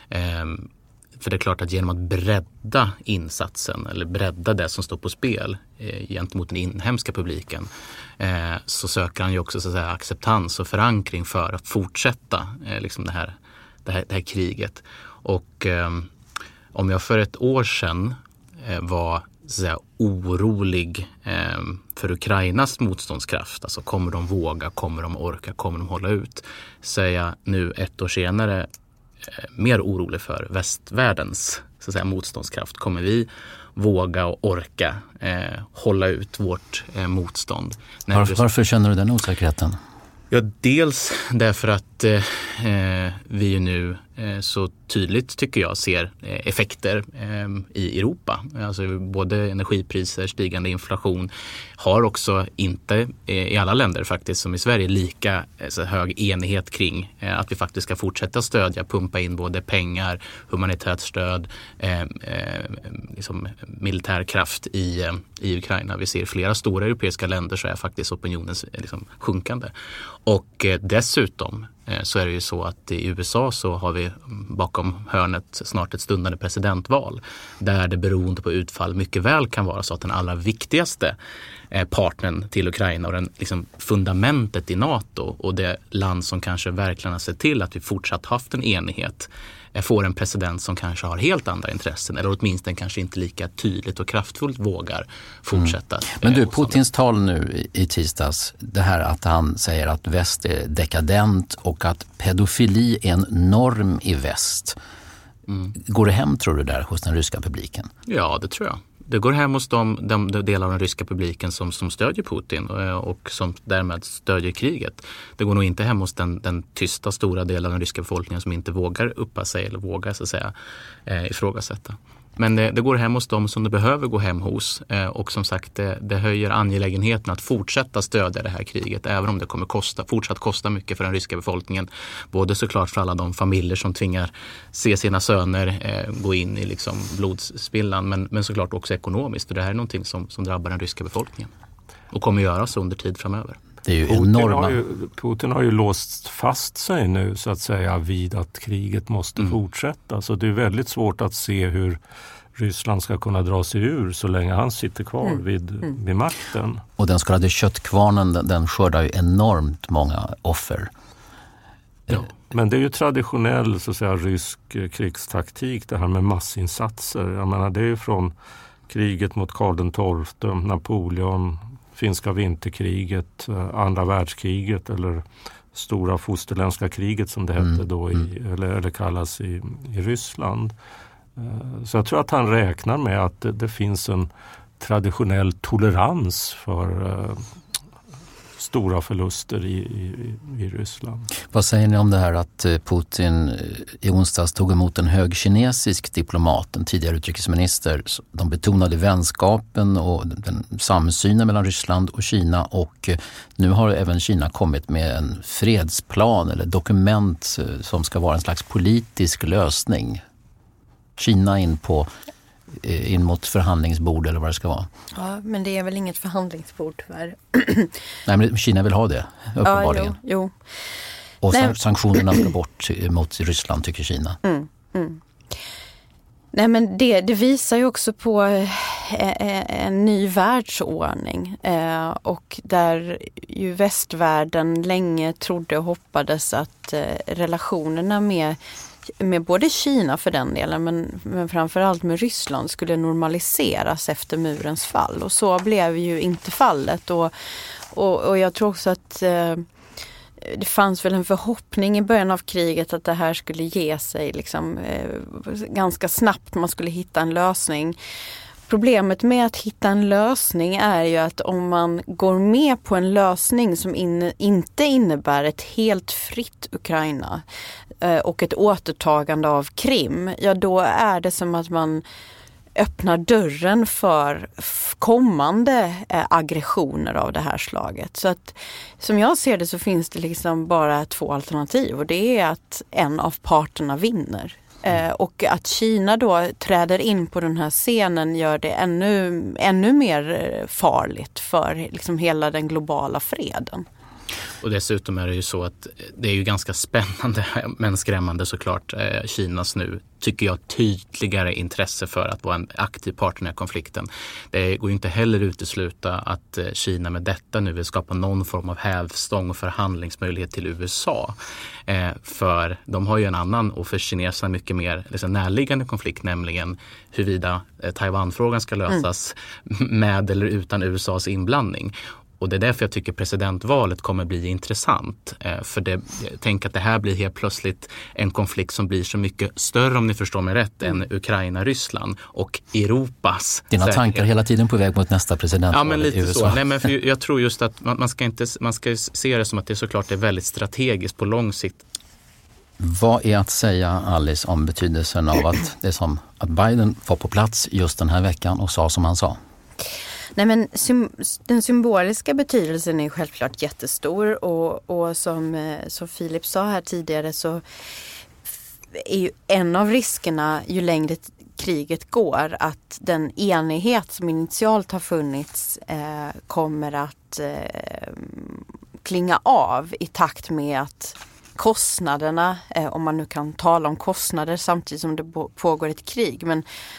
För det är klart att genom att bredda insatsen eller bredda det som står på spel gentemot den inhemska publiken så söker han ju också så att säga acceptans och förankring för att fortsätta liksom det här kriget. Och om jag för ett år sedan var så att säga orolig för Ukrainas motståndskraft, alltså kommer de våga, kommer de orka, kommer de hålla ut, så är jag nu ett år senare mer orolig för västvärldens så att säga motståndskraft. Kommer vi våga och orka hålla ut vårt motstånd? Varför känner du den osäkerheten? Ja, dels därför att vi ju nu så tydligt tycker jag ser effekter i Europa. Alltså både energipriser, stigande inflation har också inte i alla länder faktiskt som i Sverige lika hög enighet kring att vi faktiskt ska fortsätta stödja, pumpa in både pengar, humanitärt stöd, liksom militär kraft i Ukraina. Vi ser flera stora europeiska länder så är faktiskt opinionen liksom sjunkande. Och dessutom så är det ju så att i USA så har vi bakom hörnet snart ett stundande presidentval där det beroende på utfall mycket väl kan vara så att den allra viktigaste partnern till Ukraina och den liksom fundamentet i NATO och det land som kanske verkligen har sett till att vi fortsatt haft en enighet får en president som kanske har helt andra intressen eller åtminstone kanske inte lika tydligt och kraftfullt vågar fortsätta. Men du, Putins tal nu i tisdags, det här att han säger att väst är dekadent och att pedofili är en norm i väst. Går det hem, tror du, där hos den ryska publiken? Ja, det tror jag. Det går hem hos de delar av den ryska publiken som stödjer Putin och som därmed stödjer kriget. Det går nog inte hem hos den tysta stora delen av den ryska befolkningen som inte vågar uppa sig eller vågar så att säga ifrågasätta. Men det går hem hos dem som det behöver gå hem hos och som sagt det höjer angelägenheten att fortsätta stödja det här kriget även om det kommer fortsatt kosta mycket för den ryska befolkningen. Både såklart för alla de familjer som tvingar se sina söner gå in i liksom blodspillan men såklart också ekonomiskt för det här är någonting som drabbar den ryska befolkningen och kommer göra så under tid framöver. Det är ju Putin har ju låst fast sig nu så att säga vid att kriget måste fortsätta. Så det är väldigt svårt att se hur Ryssland ska kunna dra sig ur så länge han sitter kvar vid makten. Och den så kallade köttkvarnen den skördar ju enormt många offer. Ja. Men det är ju traditionell så att säga rysk krigstaktik det här med massinsatser. Jag menar det är ju från kriget mot Karl XII, Napoleon, finska vinterkriget, andra världskriget eller stora fosterländska kriget som det hette då eller kallas i Ryssland. Så jag tror att han räknar med att det finns en traditionell tolerans för stora förluster i Ryssland. Vad säger ni om det här att Putin i onsdags tog emot en hög kinesisk diplomat, en tidigare utrikesminister. De betonade vänskapen och den samsynen mellan Ryssland och Kina och nu har även Kina kommit med en fredsplan eller dokument som ska vara en slags politisk lösning. Kina in mot förhandlingsbord eller vad det ska vara. Ja, men det är väl inget förhandlingsbord tyvärr. Nej, men Kina vill ha det, uppenbarligen. Ja, jo. Och sanktionerna ska bort mot Ryssland, tycker Kina. Nej, men det visar ju också på en ny världsordning och där ju västvärlden länge trodde och hoppades att relationerna med både Kina för den delen men framförallt med Ryssland skulle normaliseras efter murens fall. Och så blev ju inte fallet. Och jag tror också att det fanns väl en förhoppning i början av kriget att det här skulle ge sig liksom, ganska snabbt. Man skulle hitta en lösning. Problemet med att hitta en lösning är ju att om man går med på en lösning som inte innebär ett helt fritt Ukraina och ett återtagande av Krim, ja då är det som att man öppnar dörren för kommande aggressioner av det här slaget. Så att som jag ser det så finns det liksom bara 2 alternativ, och det är att en av parterna vinner. Och att Kina då träder in på den här scenen gör det ännu mer farligt för liksom hela den globala freden. Och dessutom är det ju så att det är ju ganska spännande men skrämmande såklart Kinas nu, tycker jag, tydligare intresse för att vara en aktiv part i den här konflikten. Det går ju inte heller utesluta att Kina med detta nu vill skapa någon form av hävstång och förhandlingsmöjlighet till USA. För de har ju en annan och för kineserna mycket mer liksom närliggande konflikt, nämligen huruvida Taiwanfrågan ska lösas med eller utan USAs inblandning. Och det är därför jag tycker presidentvalet kommer bli intressant. För jag tänker att det här blir helt plötsligt en konflikt som blir så mycket större, om ni förstår mig rätt, än Ukraina-Ryssland och Europas. Dina tankar hela tiden på väg mot nästa presidentval. Ja, men lite i USA. så. Nej, men för jag tror just att man ska se det som att det såklart är väldigt strategiskt på lång sikt. Vad är att säga, Alice, om betydelsen av att det är som att Biden var på plats just den här veckan och sa som han sa? Nej, men den symboliska betydelsen är självklart jättestor, och som Filip sa här tidigare så är ju en av riskerna ju längre kriget går att den enighet som initialt har funnits kommer att klinga av i takt med att kostnaderna, om man nu kan tala om kostnader samtidigt som det pågår ett krig, men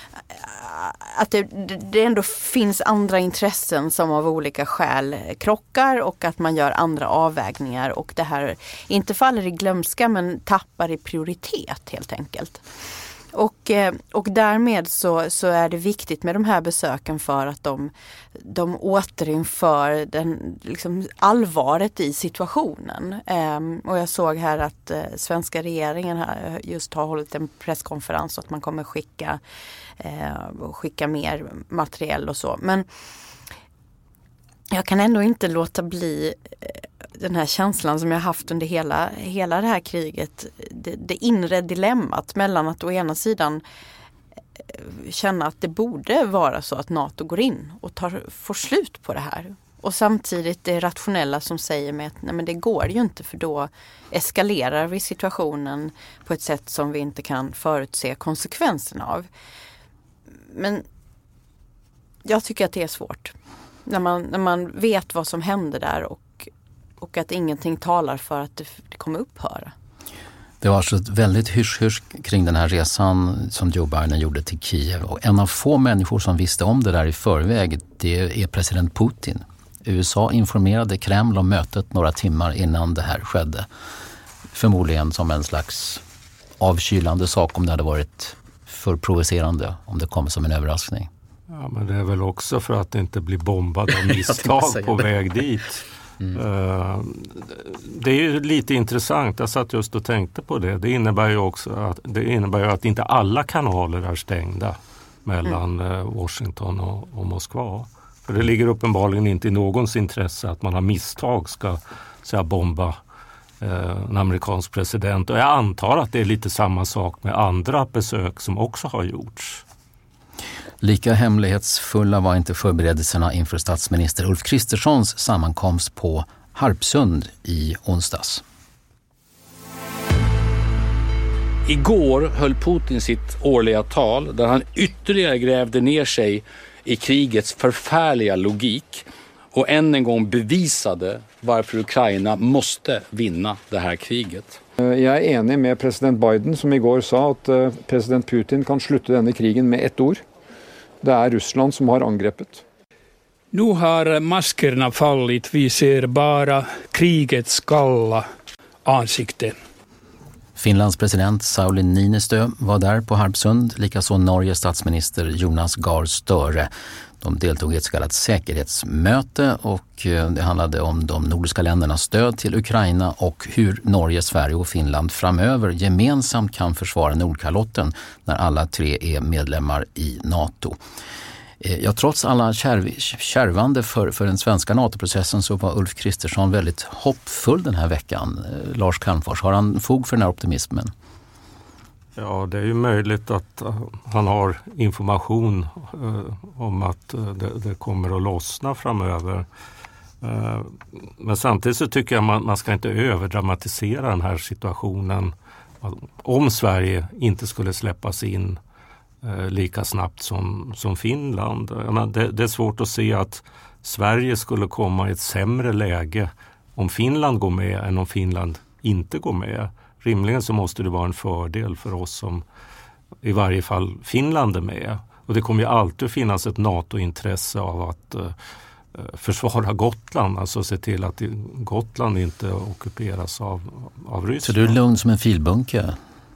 att det ändå finns andra intressen som av olika skäl krockar och att man gör andra avvägningar, och det här inte faller i glömska men tappar i prioritet helt enkelt. Och därmed så är det viktigt med de här besöken för att de återinför liksom allvaret i situationen. Och jag såg här att svenska regeringen här just har hållit en presskonferens och att man kommer skicka mer materiell och så. Men jag kan ändå inte låta bli den här känslan som jag haft under hela det här kriget. Det inre dilemmat mellan att å ena sidan känna att det borde vara så att NATO går in och får slut på det här. Och samtidigt det rationella som säger mig att nej, men det går ju inte, för då eskalerar vi situationen på ett sätt som vi inte kan förutse konsekvenserna av. Men jag tycker att det är svårt. När man vet vad som händer där och att ingenting talar för att det kommer upphöra. Det var alltså ett väldigt hysch kring den här resan som Joe Biden gjorde till Kiev. Och en av få människor som visste om det där i förväg, det är president Putin. USA informerade Kreml om mötet några timmar innan det här skedde. Förmodligen som en slags avkylande sak om det hade varit för provocerande, om det kom som en överraskning. Ja, men det är väl också för att inte bli bombad av misstag på väg dit. Det är ju lite intressant, jag satt just och tänkte på det. Det innebär ju också att inte alla kanaler är stängda mellan Washington och Moskva. För det ligger uppenbarligen inte i någons intresse att man har misstag ska bomba en amerikansk president. Och jag antar att det är lite samma sak med andra besök som också har gjorts. Lika hemlighetsfulla var inte förberedelserna inför statsminister Ulf Kristerssons sammankomst på Harpsund i onsdags. Igår höll Putin sitt årliga tal där han ytterligare grävde ner sig i krigets förfärliga logik och än en gång bevisade varför Ukraina måste vinna det här kriget. Jag är enig med president Biden som igår sa att president Putin kan sluta denna krigen med ett ord. Det är Ryssland som har angreppet. Nu har maskerna fallit. Vi ser bara krigets kalla ansikte. Finlands president Sauli Niinistö var där på Harpsund, likaså Norges statsminister Jonas Gahr Støre. De deltog i ett så kallat säkerhetsmöte och det handlade om de nordiska ländernas stöd till Ukraina och hur Norge, Sverige och Finland framöver gemensamt kan försvara Nordkalotten när alla tre är medlemmar i NATO. Ja, trots alla kärvande för den svenska NATO-processen så var Ulf Kristersson väldigt hoppfull den här veckan. Lars Calmfors, har han fog för den här optimismen? Ja, det är ju möjligt att han har information om att det kommer att lossna framöver. Men samtidigt så tycker jag man ska inte överdramatisera den här situationen. Om Sverige inte skulle släppas in lika snabbt som Finland. Det är svårt att se att Sverige skulle komma i ett sämre läge om Finland går med än om Finland inte går med. Rimligen så måste det vara en fördel för oss som i varje fall Finland är med. Och det kommer ju alltid finnas ett NATO-intresse av att försvara Gotland. Alltså se till att Gotland inte ockuperas av Ryssland. Så du är lugn som en filbunke?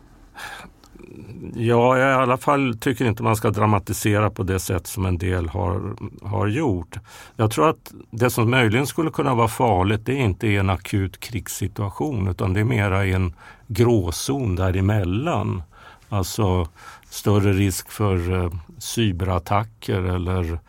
Ja, jag i alla fall tycker inte man ska dramatisera på det sätt som en del har gjort. Jag tror att det som möjligen skulle kunna vara farligt, det är inte en akut krigssituation, utan det är mera en gråzon däremellan. Alltså större risk för cyberattacker eller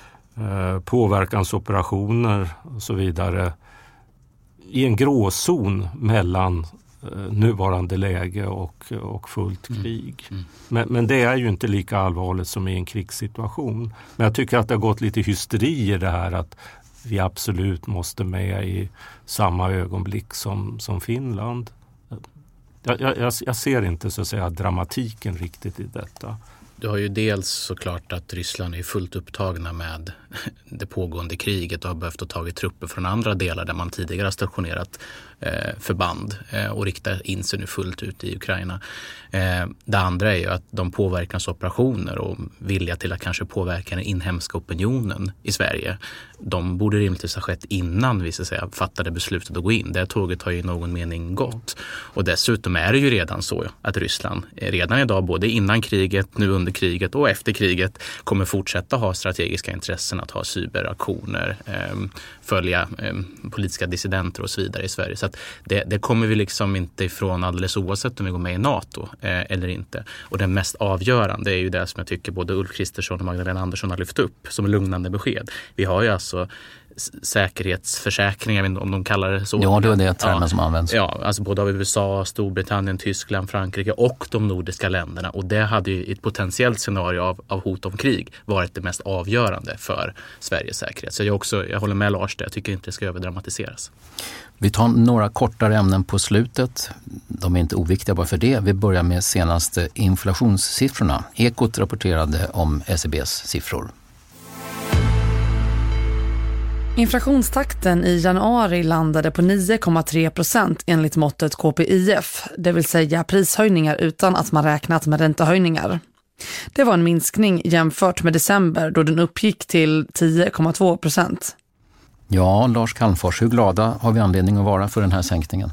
påverkansoperationer och så vidare. I en gråzon mellan nuvarande läge och fullt krig. Men det är ju inte lika allvarligt som i en krigssituation. Men jag tycker att det har gått lite hysteri i det här att vi absolut måste med i samma ögonblick som Finland. Jag ser inte så att säga dramatiken riktigt i detta. Du har ju dels såklart att Ryssland är fullt upptagna med det pågående kriget och har behövt att tagit trupper från andra delar där man tidigare har stationerat förband och riktar in sig nu fullt ut i Ukraina. Det andra är ju att de påverkansoperationer och vilja till att kanske påverka den inhemska opinionen i Sverige, de borde rimligtvis ha skett innan vi så att säga fattade beslutet att gå in. Det tåget har ju i någon mening gått. Och dessutom är det ju redan så att Ryssland redan idag, både innan kriget, nu under kriget och efter kriget, kommer fortsätta ha strategiska intressen att ha cyberaktioner, följa politiska dissidenter och så vidare i Sverige. Så att det kommer vi liksom inte ifrån alldeles oavsett om vi går med i NATO eller inte. Och det mest avgörande är ju det som jag tycker både Ulf Kristersson och Magdalena Andersson har lyft upp som lugnande besked. Vi har ju alltså säkerhetsförsäkringar, om de kallar det så. Ja, det är det termen som används. Ja, alltså både av USA, Storbritannien, Tyskland, Frankrike och de nordiska länderna. Och det hade ju i ett potentiellt scenario av hot om krig varit det mest avgörande för Sveriges säkerhet. Så jag håller med Lars där. Jag tycker inte det ska överdramatiseras. Vi tar några kortare ämnen på slutet. De är inte oviktiga bara för det. Vi börjar med senaste inflationssiffrorna. Ekot rapporterade om SCBs siffror. Inflationstakten i januari landade på 9,3% enligt måttet KPIF, det vill säga prishöjningar utan att man räknat med räntehöjningar. Det var en minskning jämfört med december då den uppgick till 10,2%. Ja, Lars Calmfors, hur glada har vi anledning att vara för den här sänkningen?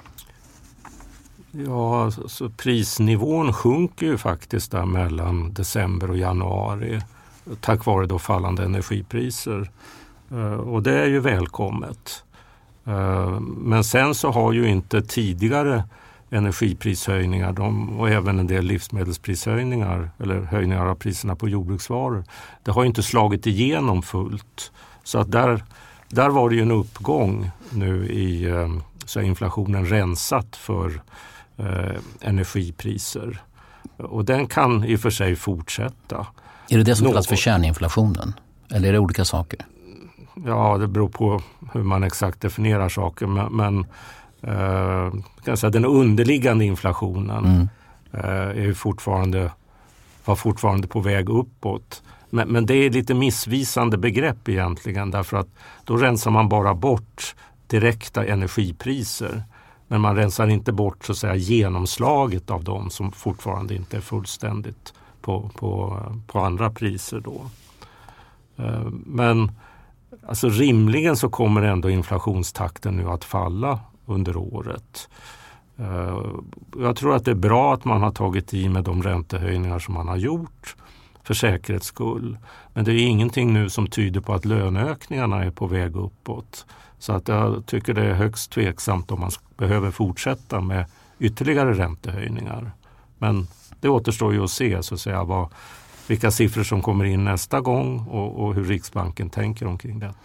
Ja, alltså prisnivån sjunker ju faktiskt där mellan december och januari tack vare då fallande energipriser. Och det är ju välkommet. Men sen så har ju inte tidigare energiprishöjningar och även en del livsmedelsprishöjningar eller höjningar av priserna på jordbruksvaror, det har ju inte slagit igenom fullt. Så att där var det ju en uppgång nu i så inflationen rensat för energipriser. Och den kan i och för sig fortsätta. Är det som kallas för kärninflationen? Eller är det olika saker? Ja, det beror på hur man exakt definierar saker. Men kan säga, den underliggande inflationen är ju var fortfarande på väg uppåt. Men det är lite missvisande begrepp egentligen. Därför att då rensar man bara bort direkta energipriser. Men man rensar inte bort så att säga genomslaget av dem som fortfarande inte är fullständigt på andra priser då. Men alltså rimligen så kommer ändå inflationstakten nu att falla under året. Jag tror att det är bra att man har tagit i med de räntehöjningar som man har gjort för säkerhets skull. Men det är ingenting nu som tyder på att löneökningarna är på väg uppåt. Så att jag tycker det är högst tveksamt om man behöver fortsätta med ytterligare räntehöjningar. Men det återstår ju att se så att säga vilka siffror som kommer in nästa gång och hur Riksbanken tänker omkring detta.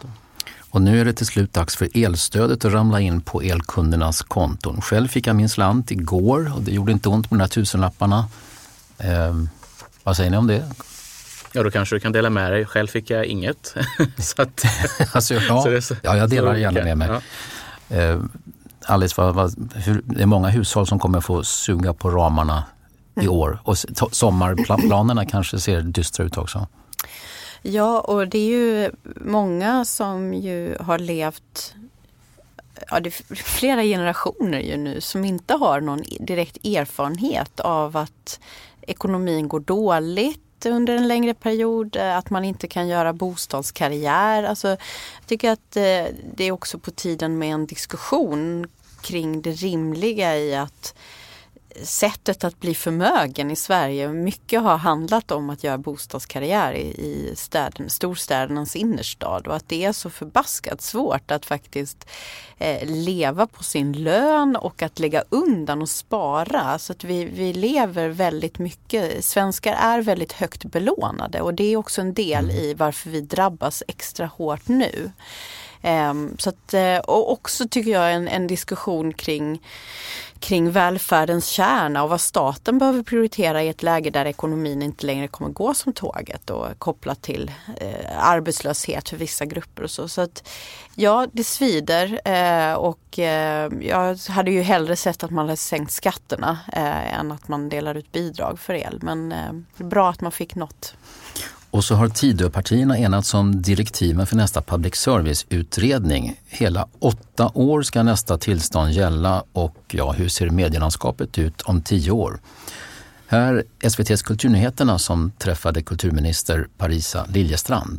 Och nu är det till slut dags för elstödet att ramla in på elkundernas konton. Själv fick jag min slant igår och det gjorde inte ont med de här tusenlapparna. Vad säger ni om det? Ja, då kanske du kan dela med dig. Själv fick jag inget. Så att, alltså, jag delar gärna med mig. Ja. Alice, det är många hushåll som kommer få suga på ramarna i år. Och sommarplanerna kanske ser dystra ut också. Ja, och det är ju många som ju har levt, det är flera generationer ju nu som inte har någon direkt erfarenhet av att ekonomin går dåligt under en längre period, att man inte kan göra bostadskarriär. Alltså, jag tycker att det är också på tiden med en diskussion kring det rimliga i att sättet att bli förmögen i Sverige mycket har handlat om att göra bostadskarriär i storstädernas innerstad och att det är så förbaskat svårt att faktiskt leva på sin lön och att lägga undan och spara. Så att vi lever väldigt mycket, svenskar är väldigt högt belånade och det är också en del i varför vi drabbas extra hårt nu. Så att, och också tycker jag en diskussion kring välfärdens kärna och vad staten behöver prioritera i ett läge där ekonomin inte längre kommer gå som tåget och kopplat till arbetslöshet för vissa grupper och så. Så att ja, det svider och jag hade ju hellre sett att man hade sänkt skatterna än att man delar ut bidrag för el. Men det är bra att man fick något. Och så har Tidöpartierna enats om direktiven för nästa public service-utredning. Hela 8 år ska nästa tillstånd gälla och hur ser medielandskapet ut om 10 år? Här SVT:s Kulturnyheterna som träffade kulturminister Parisa Liljestrand.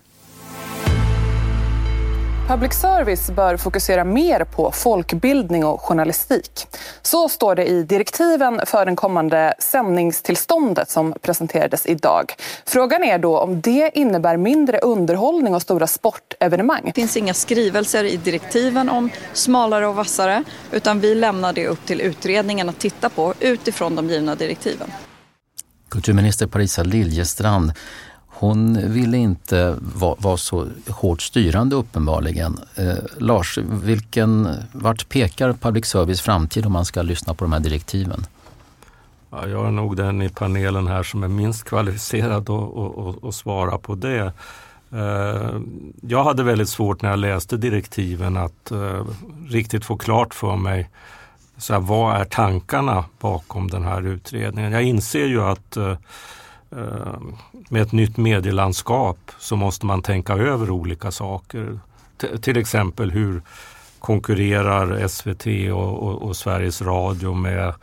Public service bör fokusera mer på folkbildning och journalistik. Så står det i direktiven för den kommande sändningstillståndet som presenterades idag. Frågan är då om det innebär mindre underhållning och stora sportevenemang. Det finns inga skrivelser i direktiven om smalare och vassare utan vi lämnar det upp till utredningen att titta på utifrån de givna direktiven. Kulturminister Parisa Liljestrand, hon ville inte vara så hårt styrande uppenbarligen. Lars, vart pekar public service framtid om man ska lyssna på de här direktiven? Ja, jag är nog den i panelen här som är minst kvalificerad att svara på det. Jag hade väldigt svårt när jag läste direktiven att riktigt få klart för mig så här, vad är tankarna bakom den här utredningen. Jag inser ju att med ett nytt medielandskap så måste man tänka över olika saker. Till exempel hur konkurrerar SVT och Sveriges Radio med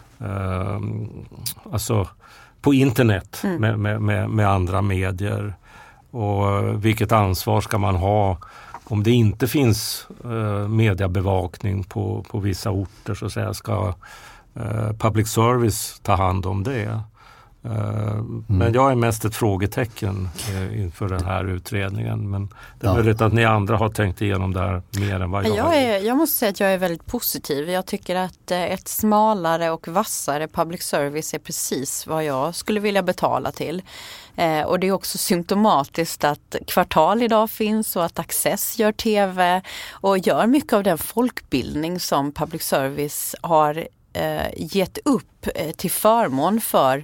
alltså på internet med andra medier och vilket ansvar ska man ha om det inte finns mediebevakning på vissa orter så att säga, ska public service ta hand om det. Men jag är mest ett frågetecken inför den här utredningen. Men det är möjligt att ni andra har tänkt igenom det här mer än vad jag har. Jag måste säga att jag är väldigt positiv. Jag tycker att ett smalare och vassare public service är precis vad jag skulle vilja betala till. Och det är också symptomatiskt att Kvartal idag finns och att Access gör tv och gör mycket av den folkbildning som public service har gett upp till förmån för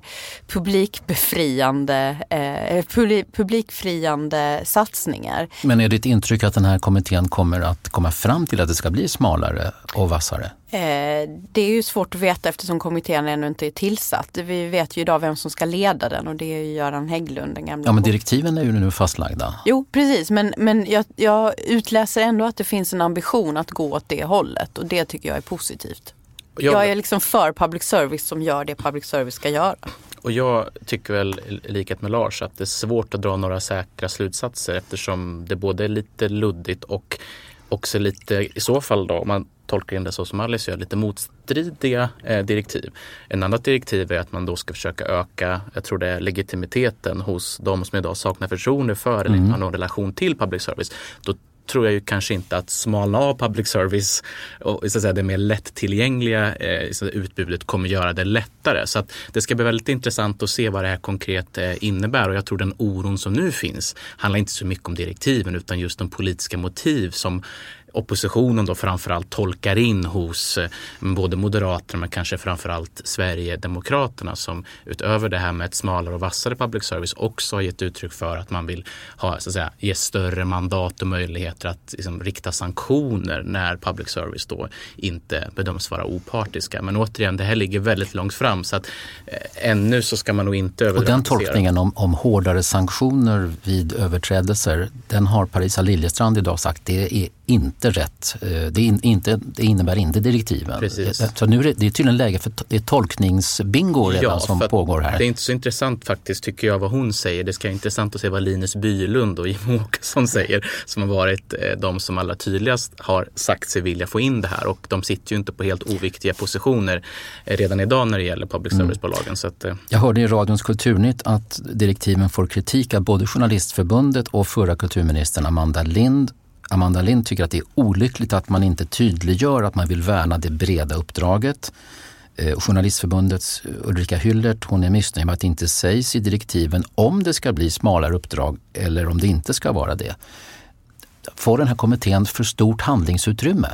publikfriande satsningar. Men är det ett intryck att den här kommittén kommer att komma fram till att det ska bli smalare och vassare? Det är ju svårt att veta eftersom kommittén ännu inte är tillsatt. Vi vet ju idag vem som ska leda den och det är ju Göran Hägglund, den gamla. Ja, men direktiven är ju nu fastlagda. Jo, precis. Men jag utläser ändå att det finns en ambition att gå åt det hållet och det tycker jag är positivt. Jag är liksom för public service som gör det public service ska göra. Och jag tycker väl i likhet med Lars att det är svårt att dra några säkra slutsatser eftersom det både är lite luddigt och också lite, i så fall då, om man tolkar in det så som Alice gör, lite motstridiga direktiv. En annat direktiv är att man då ska försöka öka, jag tror det är legitimiteten hos de som idag saknar förtroende för eller inte har någon relation till public service. Då tror jag ju kanske inte att smalna av public service och så att säga, det mer lättillgängliga utbudet kommer göra det lättare. Så att det ska bli väldigt intressant att se vad det här konkret innebär, och jag tror den oron som nu finns handlar inte så mycket om direktiven utan just de politiska motiv som oppositionen då framförallt tolkar in hos både Moderaterna men kanske framförallt Sverigedemokraterna, som utöver det här med ett smalare och vassare public service också har gett uttryck för att man vill ha, så att säga, ge större mandat och möjligheter att liksom rikta sanktioner när public service då inte bedöms vara opartiska. Men återigen, det här ligger väldigt långt fram, så att ännu så ska man nog inte överdramatisera. Och den tolkningen om hårdare sanktioner vid överträdelser, den har Parisa Liljestrand idag sagt, det är inte rätt. Det innebär inte direktiven. Precis. Så nu är det tydligen läge för det är tolkningsbingo redan som pågår här. Det är inte så intressant faktiskt, tycker jag, vad hon säger. Det ska vara intressant att se vad Linus Bylund och Jimmie Åkesson säger, som har varit de som allra tydligast har sagt sig vilja få in det här, och de sitter ju inte på helt oviktiga positioner redan idag när det gäller public service-bolagen. Så att, Jag hörde i radions Kulturnytt att direktiven får kritik av både Journalistförbundet och förra kulturministern Amanda Lind. Amanda Lind tycker att det är olyckligt att man inte tydliggör att man vill värna det breda uppdraget. Journalistförbundets Ulrika Hyllert, hon är missnöjd med att det inte sägs i direktiven om det ska bli smalare uppdrag eller om det inte ska vara det. Får den här kommittén för stort handlingsutrymme?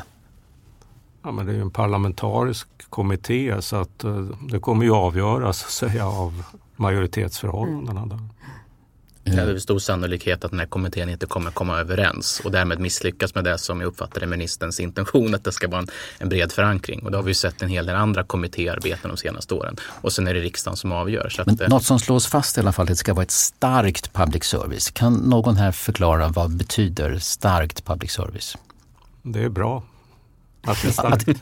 Ja, men det är ju en parlamentarisk kommitté, så att det kommer ju avgöras, säga, av majoritetsförhållandena där. Det är stor sannolikhet att den här kommittén inte kommer komma överens och därmed misslyckas med det som jag uppfattade ministerns intention, att det ska vara en bred förankring. Och det har vi sett en hel del andra kommittéarbeten de senaste åren. Och sen är det riksdagen som avgör. Så men något som slås fast i alla fall, det ska vara ett starkt public service. Kan någon här förklara vad betyder starkt public service? Det är bra. Att det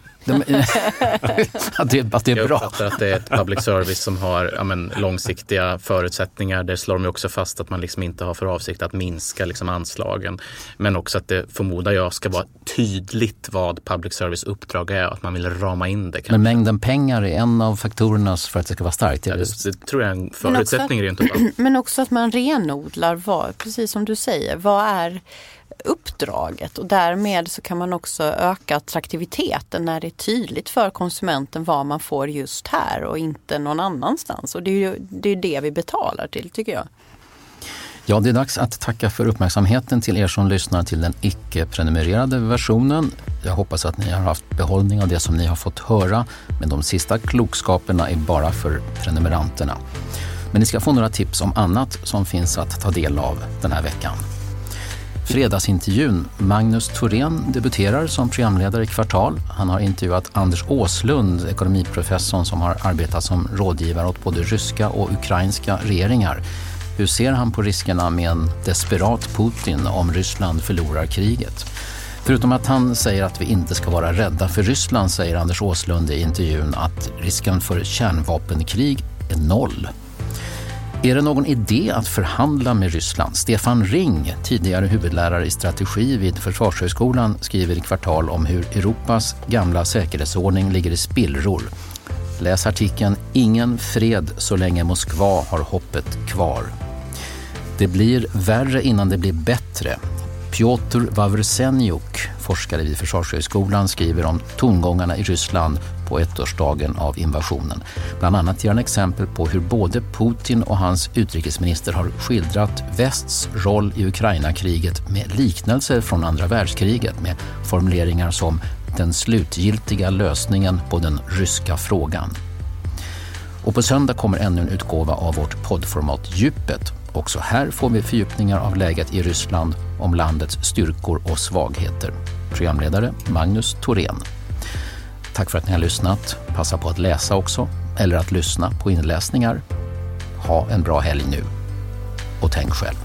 är bra. Jag uppfattar att det är ett public service som har långsiktiga förutsättningar. Det slår de också fast att man liksom inte har för avsikt att minska liksom anslagen. Men också att det, förmodar jag, ska vara tydligt vad public service uppdrag är, att man vill rama in det. Kanske. Men mängden pengar är en av faktorerna för att det ska vara starkt. Det tror jag är en förutsättning rent upp. Men också att man renodlar precis som du säger, vad är uppdraget, och därmed så kan man också öka attraktiviteten när det är tydligt för konsumenten vad man får just här och inte någon annanstans, och det är ju det vi betalar till, tycker jag. Ja, det är dags att tacka för uppmärksamheten till er som lyssnar till den icke-prenumererade versionen. Jag hoppas att ni har haft behållning av det som ni har fått höra, men de sista klokskaperna är bara för prenumeranterna. Men ni ska få några tips om annat som finns att ta del av den här veckan. Fredagsintervjun. Magnus Thorén debuterar som programledare i Kvartal. Han har intervjuat Anders Åslund, ekonomiprofessorn som har arbetat som rådgivare åt både ryska och ukrainska regeringar. Hur ser han på riskerna med en desperat Putin om Ryssland förlorar kriget? Förutom att han säger att vi inte ska vara rädda för Ryssland, säger Anders Åslund i intervjun att risken för kärnvapenkrig är 0. Är det någon idé att förhandla med Ryssland? Stefan Ring, tidigare huvudlärare i strategi vid Försvarshögskolan, skriver i Kvartal om hur Europas gamla säkerhetsordning ligger i spillror. Läs artikeln Ingen fred så länge Moskva har hoppet kvar. Det blir värre innan det blir bättre. Piotr Wawrzenjuk, forskare vid Försvarshögskolan, skriver om tongångarna i Ryssland på ettårsdagen av invasionen. Bland annat ger han exempel på hur både Putin och hans utrikesminister har skildrat västs roll i Ukraina-kriget med liknelser från andra världskriget, med formuleringar som den slutgiltiga lösningen på den ryska frågan. Och på söndag kommer ännu en utgåva av vårt poddformat Djupet. Också här får vi fördjupningar av läget i Ryssland, om landets styrkor och svagheter. Programledare Magnus Thorén. Tack för att ni har lyssnat. Passa på att läsa också, eller att lyssna på inläsningar. Ha en bra helg nu. Och tänk själv.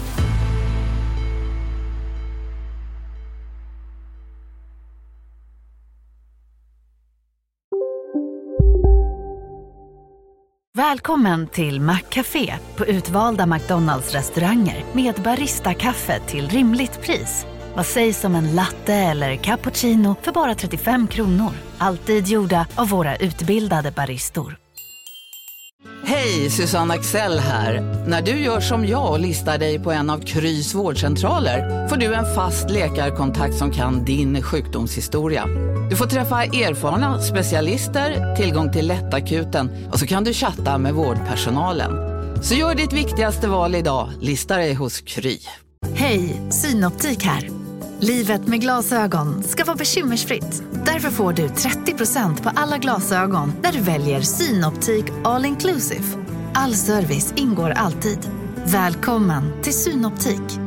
Välkommen till Maccafé på utvalda McDonalds restauranger med Barista-kaffe till rimligt pris. Vad sägs om en latte eller cappuccino för bara 35 kronor? Alltid gjorda av våra utbildade baristor. Hej, Susanne Axel här. När du gör som jag och listar dig på en av Krys vårdcentraler får du en fast läkarkontakt som kan din sjukdomshistoria. Du får träffa erfarna specialister, tillgång till lättakuten och så kan du chatta med vårdpersonalen. Så gör ditt viktigaste val idag, lista dig hos Kry. Hej, Synoptik här. Livet med glasögon ska vara bekymmersfritt. Därför får du 30% på alla glasögon när du väljer Synoptik All Inclusive. All service ingår alltid. Välkommen till Synoptik.